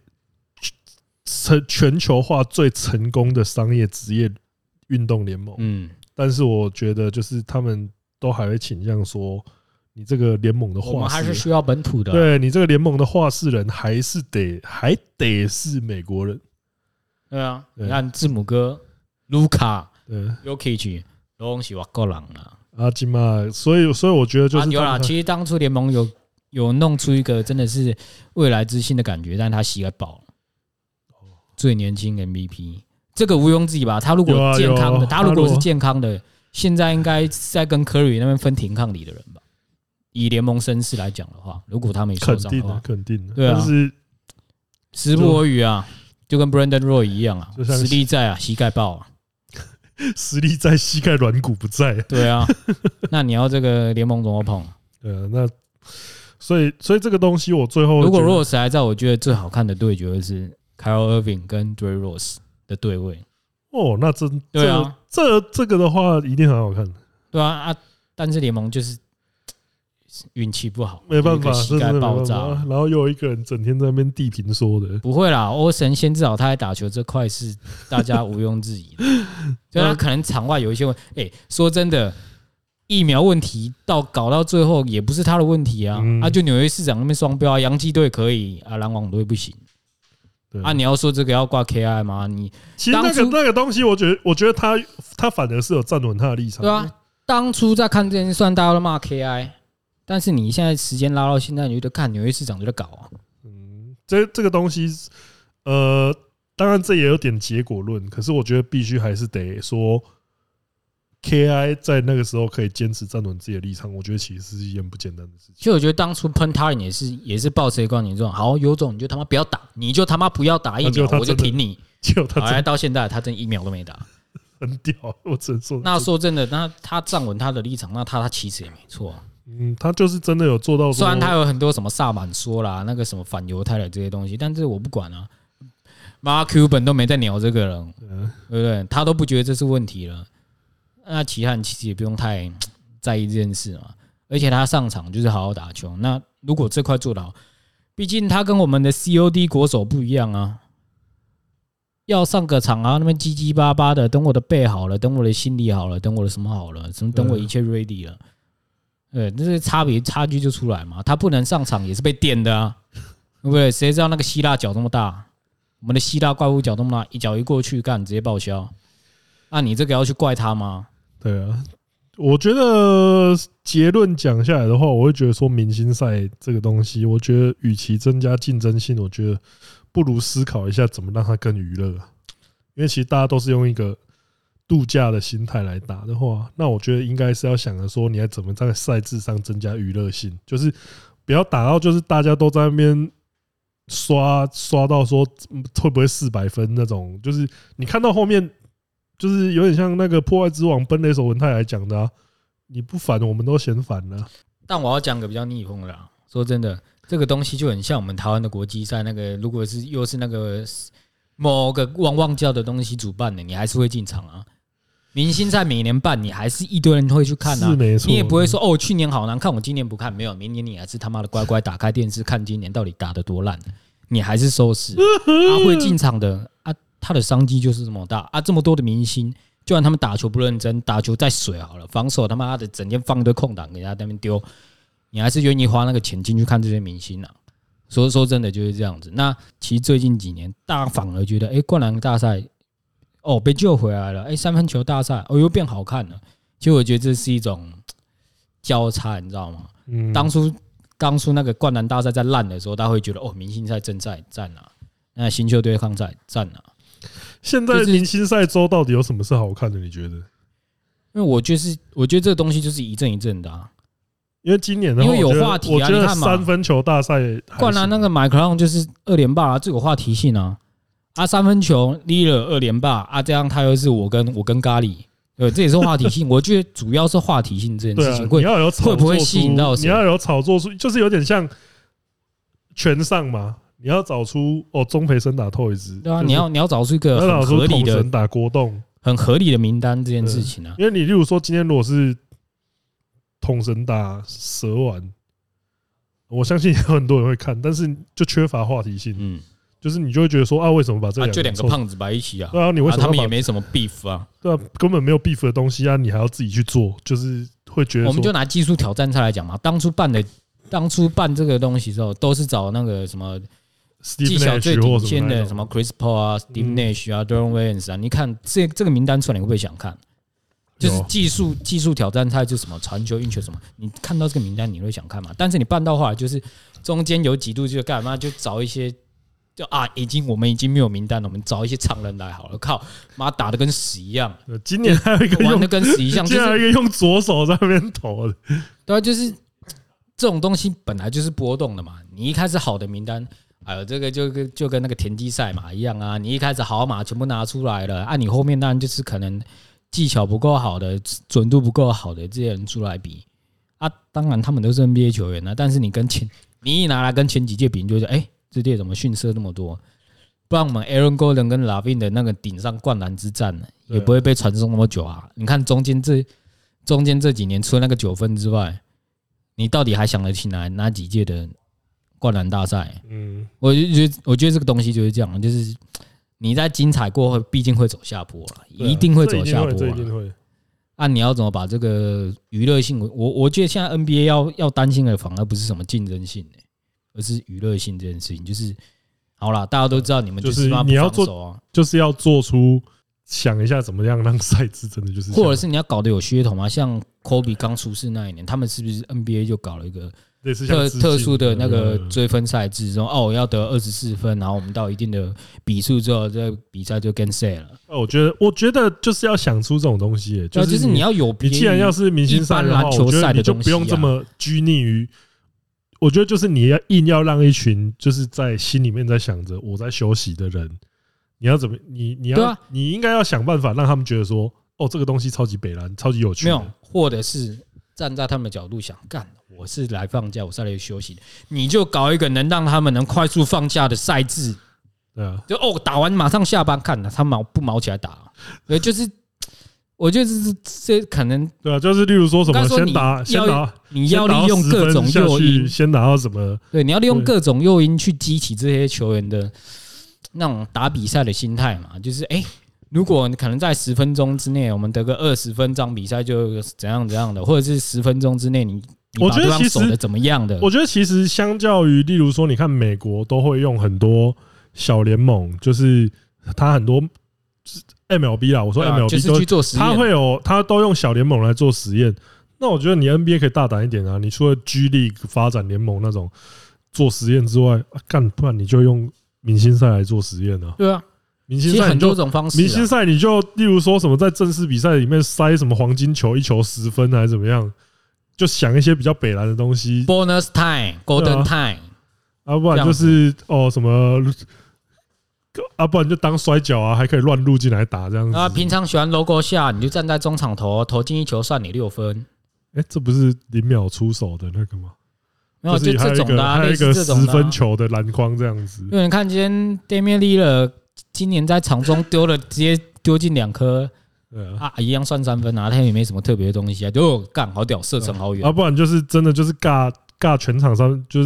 全球化最成功的商业职业运动联盟，但是我觉得就是他们都还会倾向说，你这个联盟的话事人，我们还是需要本土的。 对，你这个联盟的话事人还得是美国人。 对啊，你看字母哥、卢卡、Jokic 都是外国人啦。 金嘛，所以我觉得就是有啦。其实当初联盟有弄出一个真的是未来之星的感觉，但他膝盖爆了，最年轻 MVP， 这个毋庸置疑吧？他如果健康的，他如果是健康的，现在应该在跟 Curry 那边分庭抗礼的人吧？以联盟绅士来讲的话，如果他没受伤的话， 肯定的， 对啊，时不我与啊，就跟 Brandon Roy 一样啊，实力在啊，膝盖爆啊， 实力在，膝盖软骨不在。 对啊，那你要这个联盟怎么捧？ 对啊，那。所以这个东西，我最后如果 Rose 还在，我觉得最好看的对决会是 Kyrie Irving 跟 Derrick Rose 的对位。 那对啊，这个的话一定很好看。 对啊，但是联盟就是运气不好， 没办法， 膝盖爆炸， 然后又有一个人整天在那边地平说的。 不会啦，欧神仙至少他在打球这块是大家毋庸置疑的。就他可能场外有一些问题，说真的，疫苗问题搞到最后也不是他的问题啊。就纽约市长那边双标啊，洋基队可以啊，篮网队不行。你要说这个要挂 KI 吗？你其实那个东西，我觉得他反而是有站稳他的立场。 对啊，当初在看这件事，虽然大家都骂 KI。但是你现在时间拉到现在，你就得看纽约市长就在搞啊。 这个东西，当然这也有点结果论，可是我觉得必须还是得说 ，KI 在那个时候可以坚持站稳自己的立场，我觉得其实是一件不简单的事情。 其实我觉得当初喷他人也是抱持一观点，这种好有种你就他妈不要打，你就他妈不要打疫苗，我就挺你。到现在他真疫苗都没打， 很屌，我只能说。 那说真的，那他站稳他的立场，那他其实也没错。 他就是真的有做到。 虽然他有很多什么萨满说啦，那个什么反犹太的这些东西，但是我不管啊。Mark Cuban 都没在鸟这个人，对不对？他都不觉得这是问题了。那其他人其实也不用太在意这件事嘛。而且他上场就是好好打球。那如果这块做得好，毕竟他跟我们的 COD 国手不一样啊。要上个场啊，那边唧唧巴巴的，等我的背好了，等我的心理好了，等我的什么好了，等我一切 ready 了。这是差距就出来嘛。他不能上场也是被电的啊，对不对？谁知道那个希腊脚这么大，我们的希腊怪物脚这么大，一脚一过去干直接报销。你这个要去怪他吗？ 对啊，我觉得结论讲下来的话，我会觉得说明星赛这个东西，我觉得与其增加竞争性，我觉得不如思考一下怎么让它更娱乐。因为其实大家都是用一个度假的心态来打的话，那我觉得应该是要想着说，你要怎么在赛制上增加娱乐性，就是不要打到就是大家都在那边刷到说会不会400分那种，就是你看到后面就是有点像那个破坏之王奔雷手文泰来讲的啊，你不烦我们都嫌烦了。 但我要讲个比较逆风的啦，说真的，这个东西就很像我们台湾的国际赛，那个如果是又是那个某个汪汪叫的东西主办的，你还是会进场啊。明星赛每年办，你还是一堆人会去看啊，你也不会说去年好难看，我今年不看，没有，明年你还是他妈的乖乖打开电视看今年到底打得多烂，你还是收视。会进场的他的商机就是这么大这么多的明星，就算他们打球不认真，打球再水好了，防守他妈的整天放一堆空档给他在那边丢，你还是愿意花那个钱进去看这些明星啊。说真的就是这样子。那其实最近几年，大家反而觉得，灌篮大赛。被救回来了，三分球大赛又变好看了。其实我觉得这是一种交叉，你知道吗？当初那个灌篮大赛在烂的时候，大家会觉得明星赛正在战啊，那新秀对抗赛战啊。 现在明星赛周到底有什么是好看的？你觉得？ 因为我觉得这个东西就是一阵一阵的啊。 因为今年的话， 因为有话题啊， 我觉得三分球大赛灌篮那个麦克朗就是2连霸这有话题性啊。三分球 Lillard 2连霸这样他又是我跟咖喱，这也是话题性。我觉得主要是话题性这件事情，会不会吸引到谁？ 你要有炒作出，就是有点像拳上嘛，你要找出钟培生打透一支， 对啊，你要找出一个很合理的打国栋， 很合理的名单这件事情啊。 因为你例如说今天如果是统神打蛇丸，我相信有很多人会看，但是就缺乏话题性。就是你就会觉得说为什么把这就2个胖子摆一起啊？ 对啊，你为什么他们也没什么 beef 啊？ 对啊，根本没有 beef 的东西啊，你还要自己去做，就是会觉得。 我们就拿技术挑战赛来讲嘛，当初办这个东西的时候，都是找那个什么技巧最顶尖的什么 Chris Paul 啊、Steve Nash 啊、Deron Williams 啊，你看这个名单出来，你会不会想看？就是技术挑战赛，就什么传球、运球什么，你看到这个名单，你会想看嘛？但是你办到后来，就是中间有几度就干嘛，就找一些。我们已经没有名单了，我们找一些常人来好了。靠，妈打得跟屎一样。 今年还有一个玩的跟屎一样， 今年还有一个用左手在那边投的。 对啊，就是这种东西本来就是波动的嘛。你一开始好的名单，这个就跟那个田忌赛马一样啊。你一开始好马全部拿出来了，你后面当然就是可能技巧不够好的、准度不够好的这些人出来比当然他们都是 NBA 球员啊，但是你一拿来跟前几届比，你就觉得这届怎么逊色那么多？不然我们 Aaron Gordon 跟 Lavin 的那个顶上灌篮之战也不会被传送那么久啊！你看中间这几年除了那个9分之外， 你到底还想得起哪几届的灌篮大赛？我觉得这个东西就是这样，就是你在精彩过后，毕竟会走下坡了，一定会走下坡了。你要怎么把这个娱乐性？我觉得现在 NBA 要担心的反而不是什么竞争性，而是娱乐性这件事情。就是好啦，大家都知道你们就是你要做， 就是要做出想一下怎么样让赛制真的就是， 或者是你要搞得有噱头啊。像 Kobe 刚出世那一年，他们是不是 NBA 就搞了一个特殊的那个追分赛制，说我要得24分，然后我们到一定的比数之后，这比赛就 game set 了。 我觉得就是要想出这种东西， 就是你要有别于你既然要是明星赛的话， 篮球赛你就不用这么拘泥于。我觉得就是你要硬要让一群就是在心里面在想着我在休息的人，你要怎么你应该要想办法让他们觉得说，这个东西超级北蓝，超级有趣的。没有， 或者是站在他们的角度想，我是来放假，我是来休息的，你就搞一个能让他们能快速放假的赛制。 对啊， 就打完马上下班看他不毛起来打。对，就是我觉得这可能对啊，就是例如说什么先打， 你要利用各种诱因， 先打到什么？ 对，你要利用各种诱因去激起这些球员的那种打比赛的心态嘛。就是如果你可能在10分钟之内，我们得个20分，这场比赛就怎样的，或者是10分钟之内你把对方守的怎么样的？ 我觉得其实相较于，例如说，你看美国都会用很多小联盟，就是他很多 MLB 啦，我说 MLB 就是去做实验， 他都用小联盟来做实验。那我觉得你 NBA 可以大胆一点啊，你除了 G League 发展联盟那种做实验之外，不然你就用明星赛来做实验啊。 对啊。 明星赛很多种方式， 明星赛你就例如说什么在正式比赛里面塞什么黄金球，1球10分还是怎么样，就想一些比较北蓝的东西 ，bonus time、golden time， 不然就是什么，不然就当摔跤啊，还可以乱入进来打这样子。 平常喜欢 logo 下，你就站在中场投进1球算你6分。 这不是0秒出手的那个吗？ 没有，就这种的， 还有一个10分球的篮筐这样子。 因为你看今天 Damian Lillard今年在场中丢了，直接丢进2颗，一样算3分啊，他也没什么特别的东西啊，就好屌，射程好远。 不然就是真的就是尬全场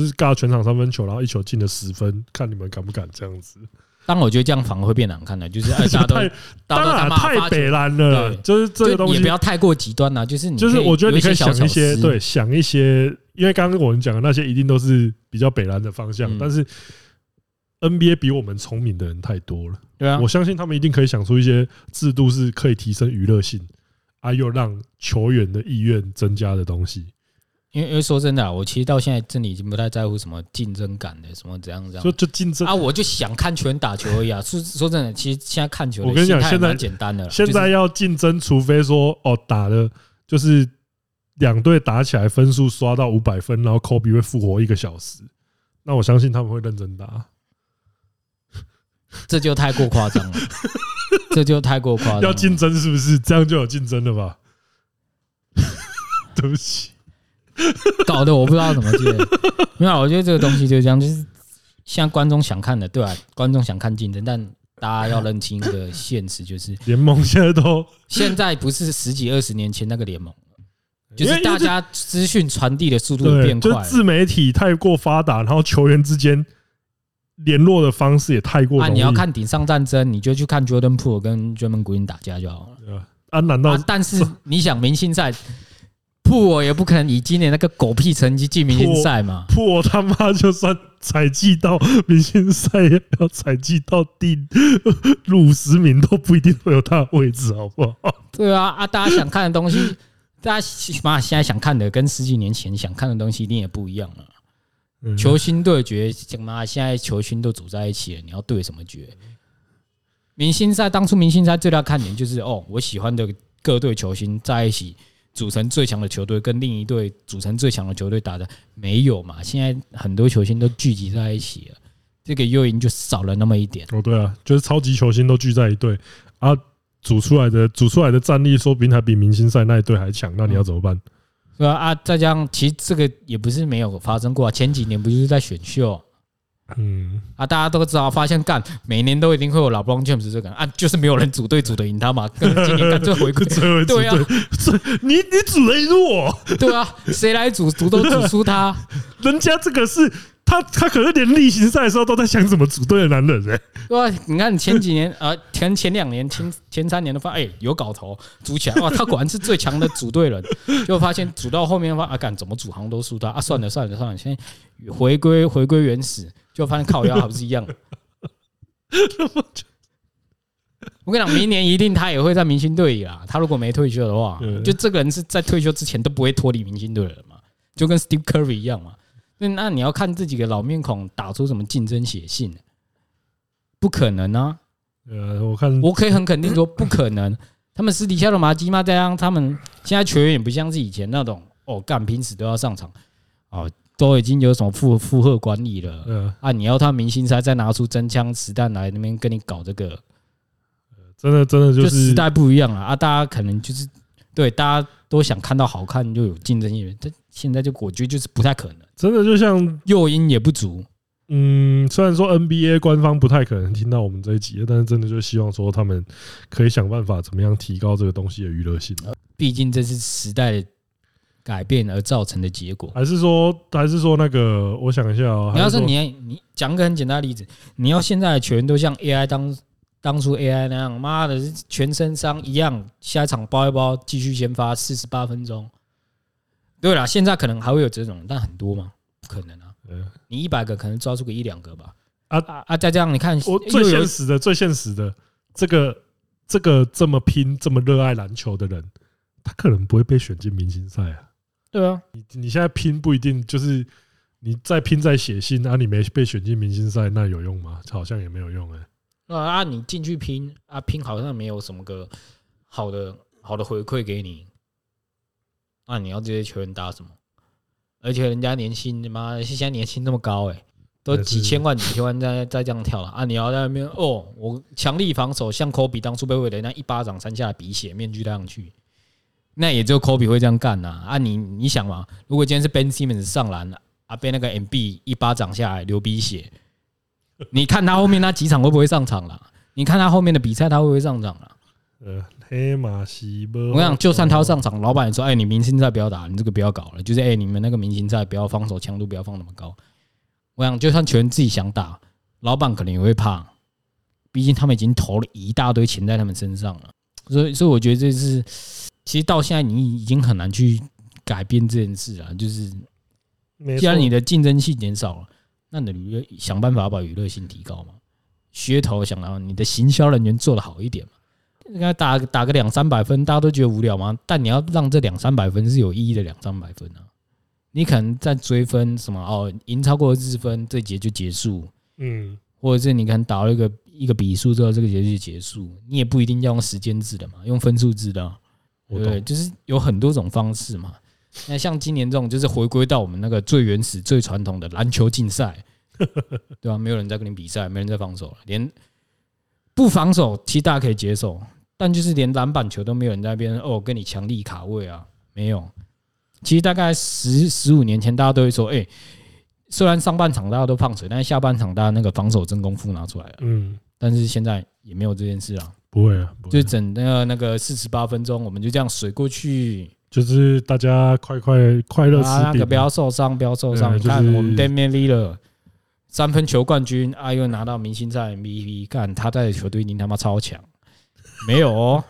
3分球，然后1球进了10分，看你们敢不敢这样子。 当然，我觉得这样反而会变难看的，就是当然太北蓝了，就是这个东西也不要太过极端啊，就是我觉得你可以想一些，因为刚刚我们讲的那些一定都是比较北蓝的方向，但是。NBA 比我们聪明的人太多了，对啊，我相信他们一定可以想出一些制度是可以提升娱乐性，又让球员的意愿增加的东西。 因为说真的，我其实到现在真的已经不太在乎什么竞争感的，什么怎样， 就竞争我就想看球员打球而已啊。说真的，其实现在看球， 我跟你讲，现在蛮简单的。 现在要竞争，除非说打的就是2队打起来分数刷到500分，然后 Kobe 会复活1个小时，那我相信他们会认真打。 这就太过夸张了， 要竞争是不是？这样就有竞争了吧？对不起， 搞得我不知道怎么接。没有，我觉得这个东西就是这样，就是像观众想看的，对吧？观众想看竞争，但大家要认清一个现实，就是联盟现在不是10几20年前那个联盟了，就是大家资讯传递的速度变快， 就自媒体太过发达，然后球员之间。联络的方式也太过容易。 你要看顶上战争，你就去看 Jordan Poole 跟 Draymond Green 打架就好了。 难道？ 但是你想明星赛，Poole 也不可能以今年那个狗屁成绩进明星赛嘛。 Poole 他妈就算采集到明星赛，要采集到第50名都不一定会有他的位置，好不好？ 对啊，大家想看的东西，大家现在想看的跟10几年前想看的东西一定也不一样了。球星对决，现在球星都组在一起了，你要对什么决？明星赛当初明星赛最大看点就是我喜欢的各队球星在一起组成最强的球队，跟另一队组成最强的球队打的没有嘛？现在很多球星都聚集在一起了，这个诱因就少了那么一点。 对啊，就是超级球星都聚在一队啊，组出来的战力说不定还比明星赛那一队还强，那你要怎么办？ 对啊，再加上其实这个也不是没有发生过啊。前几年不就是在选秀， 大家都知道，发现干每年都一定会有LeBron James 这个人就是没有人组队组得赢他嘛。跟今年干最回归，对啊， 你组得赢我， 对啊，谁来组都组输他。 人家这个是他可是连例行赛的时候都在想怎么组队的男人对啊，你看前几年前2年前3年都发现有搞头组起来哇，他果然是最强的组队人，就发现组到后面发干怎么组好像都输他算了，现在回归原始。就发现靠腰还不是一样。我跟你讲，明年一定他也会在明星队里啦。他如果没退休的话，就这个人是在退休之前都不会脱离明星队的人嘛，就跟 Steve Curry 一样嘛。那你要看这几个老面孔打出什么竞争血性，不可能啊！我可以很肯定说不可能。他们私底下的麻鸡嘛，再让他们现在球员也不像是以前那种干拼死都要上场都已经有什么负荷管理了你要他明星赛再拿出真枪实弹来那边跟你搞这个， 真的就是时代不一样了大家可能就是对大家都想看到好看又有竞争力，但现在就我觉得就是不太可能， 真的就像诱因也不足。 虽然说 NBA 官方不太可能听到我们这一集，但是真的就希望说他们可以想办法怎么样提高这个东西的娱乐性。 毕竟这是时代的改变而造成的结果， 还是说那个？我想一下你要是你讲个很简单的例子，你要现在的球员都像 AI 当初 AI 那样，妈的全身伤一样，下一场包一包继续先发48分钟。对啦，现在可能还会有这种，但很多嘛，不可能啊。你100个可能抓出个1-2个吧。再这样你看， 我最现实的，这个这么拼、这么热爱篮球的人，他可能不会被选进明星赛啊。 对啊， 你现在拼不一定就是你再拼再写信你没被选进明星赛，那有用吗？好像也没有用你进去拼拼好像没有什么个好的回馈给你，你要这些球员打什么？而且人家年薪妈现在年薪那么高都几千万再这样跳了你要在那边我强力防守，像科比当初被韦雷那一巴掌扇下来鼻血面具戴上去。那也只有 Kobe 会这样干你想嘛，如果今天是 Ben Simmons 上篮被那个 MB 一巴掌下来流鼻血，你看他后面那几场会不会上场啦？你看他后面的比赛他会不会上场啦？ 黑马西波， 我想就算他要上场，老板也说你明星赛不要打，你这个不要搞了，就是你们那个明星赛不要防守强度不要放那么高。我想就算球员自己想打，老板可能也会怕，毕竟他们已经投了一大堆钱在他们身上了。所以我觉得这是。其实到现在你已经很难去改变这件事了，就是既然你的竞争性减少了，那你想办法把娱乐性提高嘛，噱头想要你的行销人员做得好一点嘛。应该打个200-300分，大家都觉得无聊吗？但你要让这200-300分是有意义的200-300分啊。你可能在追分什么赢超过日分，这节就结束，或者是你可能打了一个比数之后，这个节就结束，你也不一定要用时间制的嘛，用分数制的。对，就是有很多种方式嘛。那像今年这种，就是回归到我们那个最原始、最传统的篮球竞赛，对吧？没有人在跟你比赛，没人在防守了，连不防守其实大家可以接受，但就是连篮板球都没有人在那边跟你强力卡位啊，没有。其实大概15年前，大家都会说，虽然上半场大家都放水，但是下半场大家那个防守真功夫拿出来了。但是现在也没有这件事啊。 不会啊， 就整那个48分钟，我们就这样水过去， 就是大家快乐吃饼， 不要受伤，不要受伤。你看我们 Damian Lillard 3分球冠军又拿到明星赛 MVP， 看他在的球队一定他妈超强，没有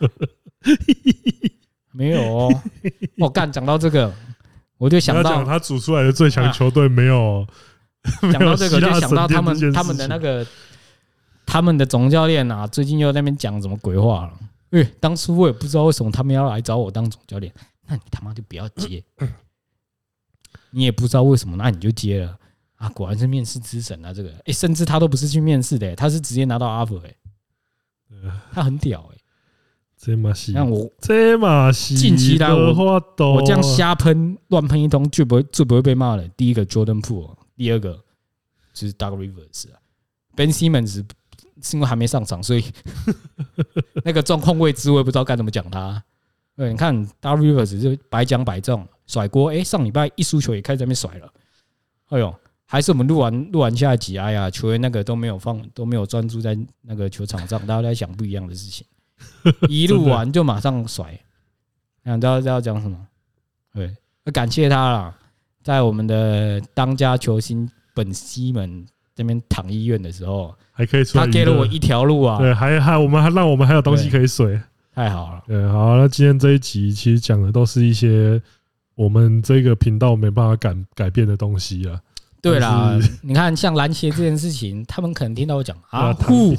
没有我干讲到这个，我就想到他组出来的最强球队没有。 讲到这个，就想到他们的那个。他们的总教练最近又在那边讲什么鬼话了？当初我也不知道为什么他们要来找我当总教练，那你他妈就不要接。你也不知道为什么，那你就接了果然是面试之神这个甚至他都不是去面试的他是直接拿到 offer 他很屌这嘛是， 近期来我这样瞎喷乱喷一通，最不会被骂的。第一个 Jordan Poole， 第二个就是 Doug Rivers，Ben Simmons。是因为还没上场，所以那个状况未知，我也不知道该怎么讲他。你看 Doug Rivers 就白讲白中甩锅，上礼拜一输球也开始在那边甩了。 还是我们录完下一集，哎呀，球员那个都没有专注在那个球场上，大家在想不一样的事情，一录完就马上甩，想知道要讲什么？对，感谢他啦，在我们的当家球星本西门这边躺医院的时候， 还可以出来， 他给了我一条路啊， 对，还让我们还有东西可以水， 太好了。 对，好，那今天这一集其实讲的都是一些我们这个频道没办法改变的东西啊。 对啦，你看像篮协这件事情，他们可能听到我讲啊，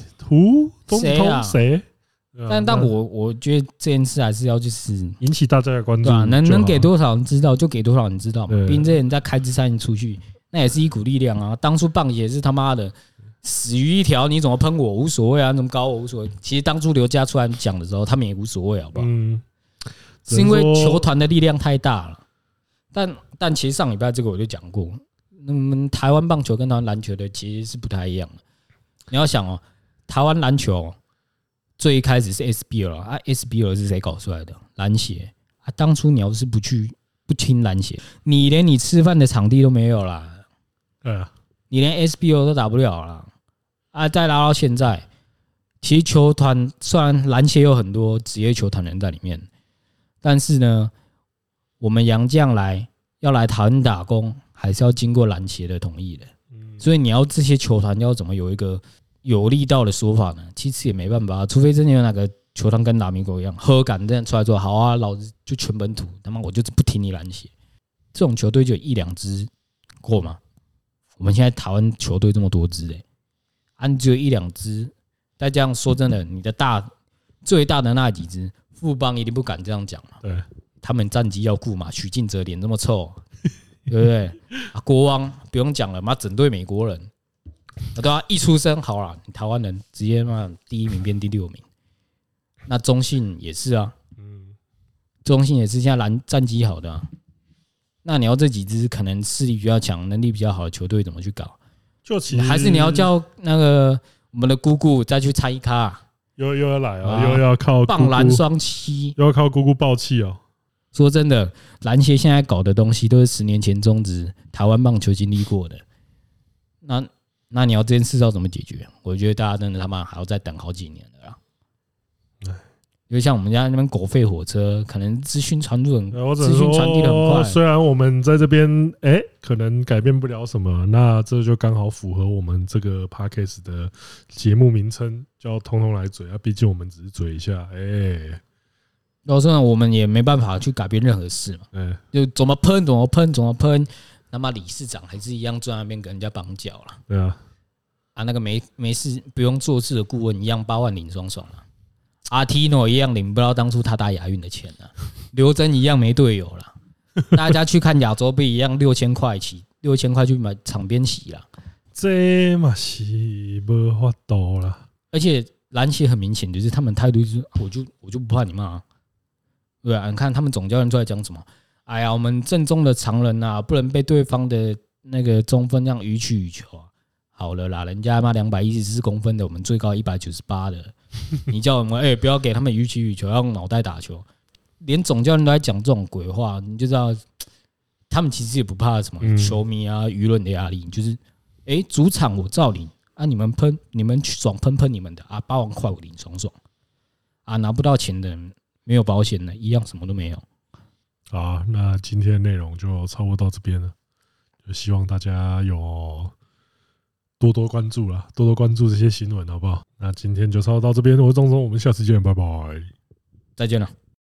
谁？但我觉得这件事还是要就是引起大家的关注， 对吧？能给多少人知道就给多少人知道嘛。毕竟这人在开枝散叶出去，那也是一股力量啊。当初棒协是他妈的死鱼一条，你怎么喷我无所谓啊，怎么搞我无所谓。其实当初刘家出来讲的时候，他们也无所谓，好不好？是因为球团的力量太大了。但其实上礼拜这个我就讲过。台湾棒球跟台湾篮球的其实是不太一样的。你要想哦，台湾篮球最一开始是 SBL 啊 ，SBL 是谁搞出来的？篮协啊，当初你要是不听篮协，你连你吃饭的场地都没有啦。 对啊， 你连 SBL 都打不了啦。啊，再拉到现在，其实球团虽然篮协有很多职业球团人在里面，但是呢，我们洋将要来台湾打工。还是要经过篮协的同意的，所以你要这些球团要怎么有一个有力道的说法呢？其实也没办法，除非真的有哪个球团跟拉米狗一样，喝感这样出来说好啊，老子就全本土，他妈我就不听你篮协。这种球队就一两支够吗？我们现在台湾球队这么多支按只有一两支，再这样说真的，你的最大的那几支，富邦一定不敢这样讲嘛。 对， 他们战绩要顾嘛，许晋哲脸这么臭。对不对？国王不用讲了，妈整队美国人，对啊，一出生好了，你台湾人直接嘛第1名变第6名。那中信也是啊，中信也是现在战绩好的啊。那你要这几支可能势力比较强、能力比较好的球队怎么去搞？ 就其实还是你要叫那个我们的姑姑再去拆一咖， 又要来哦，又要靠棒篮双栖， 又要靠姑姑爆气哦。 说真的，篮协现在搞的东西都是10年前中职台湾棒球经历过的。那你要这件事要怎么解决？我觉得大家真的他妈还要再等好几年了啦。因为像我们家那边狗吠火车，可能资讯传递很快。 虽然我们在这边可能改变不了什么，那这就刚好符合我们这个 Podcast 的节目名称，叫通通来嘴啊。毕竟我们只是嘴一下， 到时候我们也没办法去改变任何事嘛，就怎么喷，他妈理事长还是一样坐在那边跟人家绑脚了， 对啊， 那个没事不用做事的顾问一样8万领爽爽了，阿 Tino 一样领不到当初他打亚运的钱了，刘真一样没队友了，大家去看亚洲杯一样6000块起，6000块去买场边席了， 这嘛是没法度啦。 而且篮协很明显就是他们态度就是我就不怕你骂。对啊，你看他们总教练出来讲什么？哎呀，我们正宗的常人啊，不能被对方的那个中锋这样予取予求啊。好了啦，人家妈214公分的，我们最高198的，你叫我们不要给他们予取予求，要用脑袋打球。连总教练都在讲这种鬼话，你就知道他们其实也不怕什么球迷啊、舆论的压力，就是主场我照领啊，你们爽喷你们的啊，8万块我领爽爽啊，拿不到钱的人。没有保险的，一样什么都没有。 好，那今天的内容就差不多到这边了，就希望大家有多多关注啦，多多关注这些新闻，好不好？那今天就差不多到这边，我是钟总，我们下次见，拜拜， 再见了。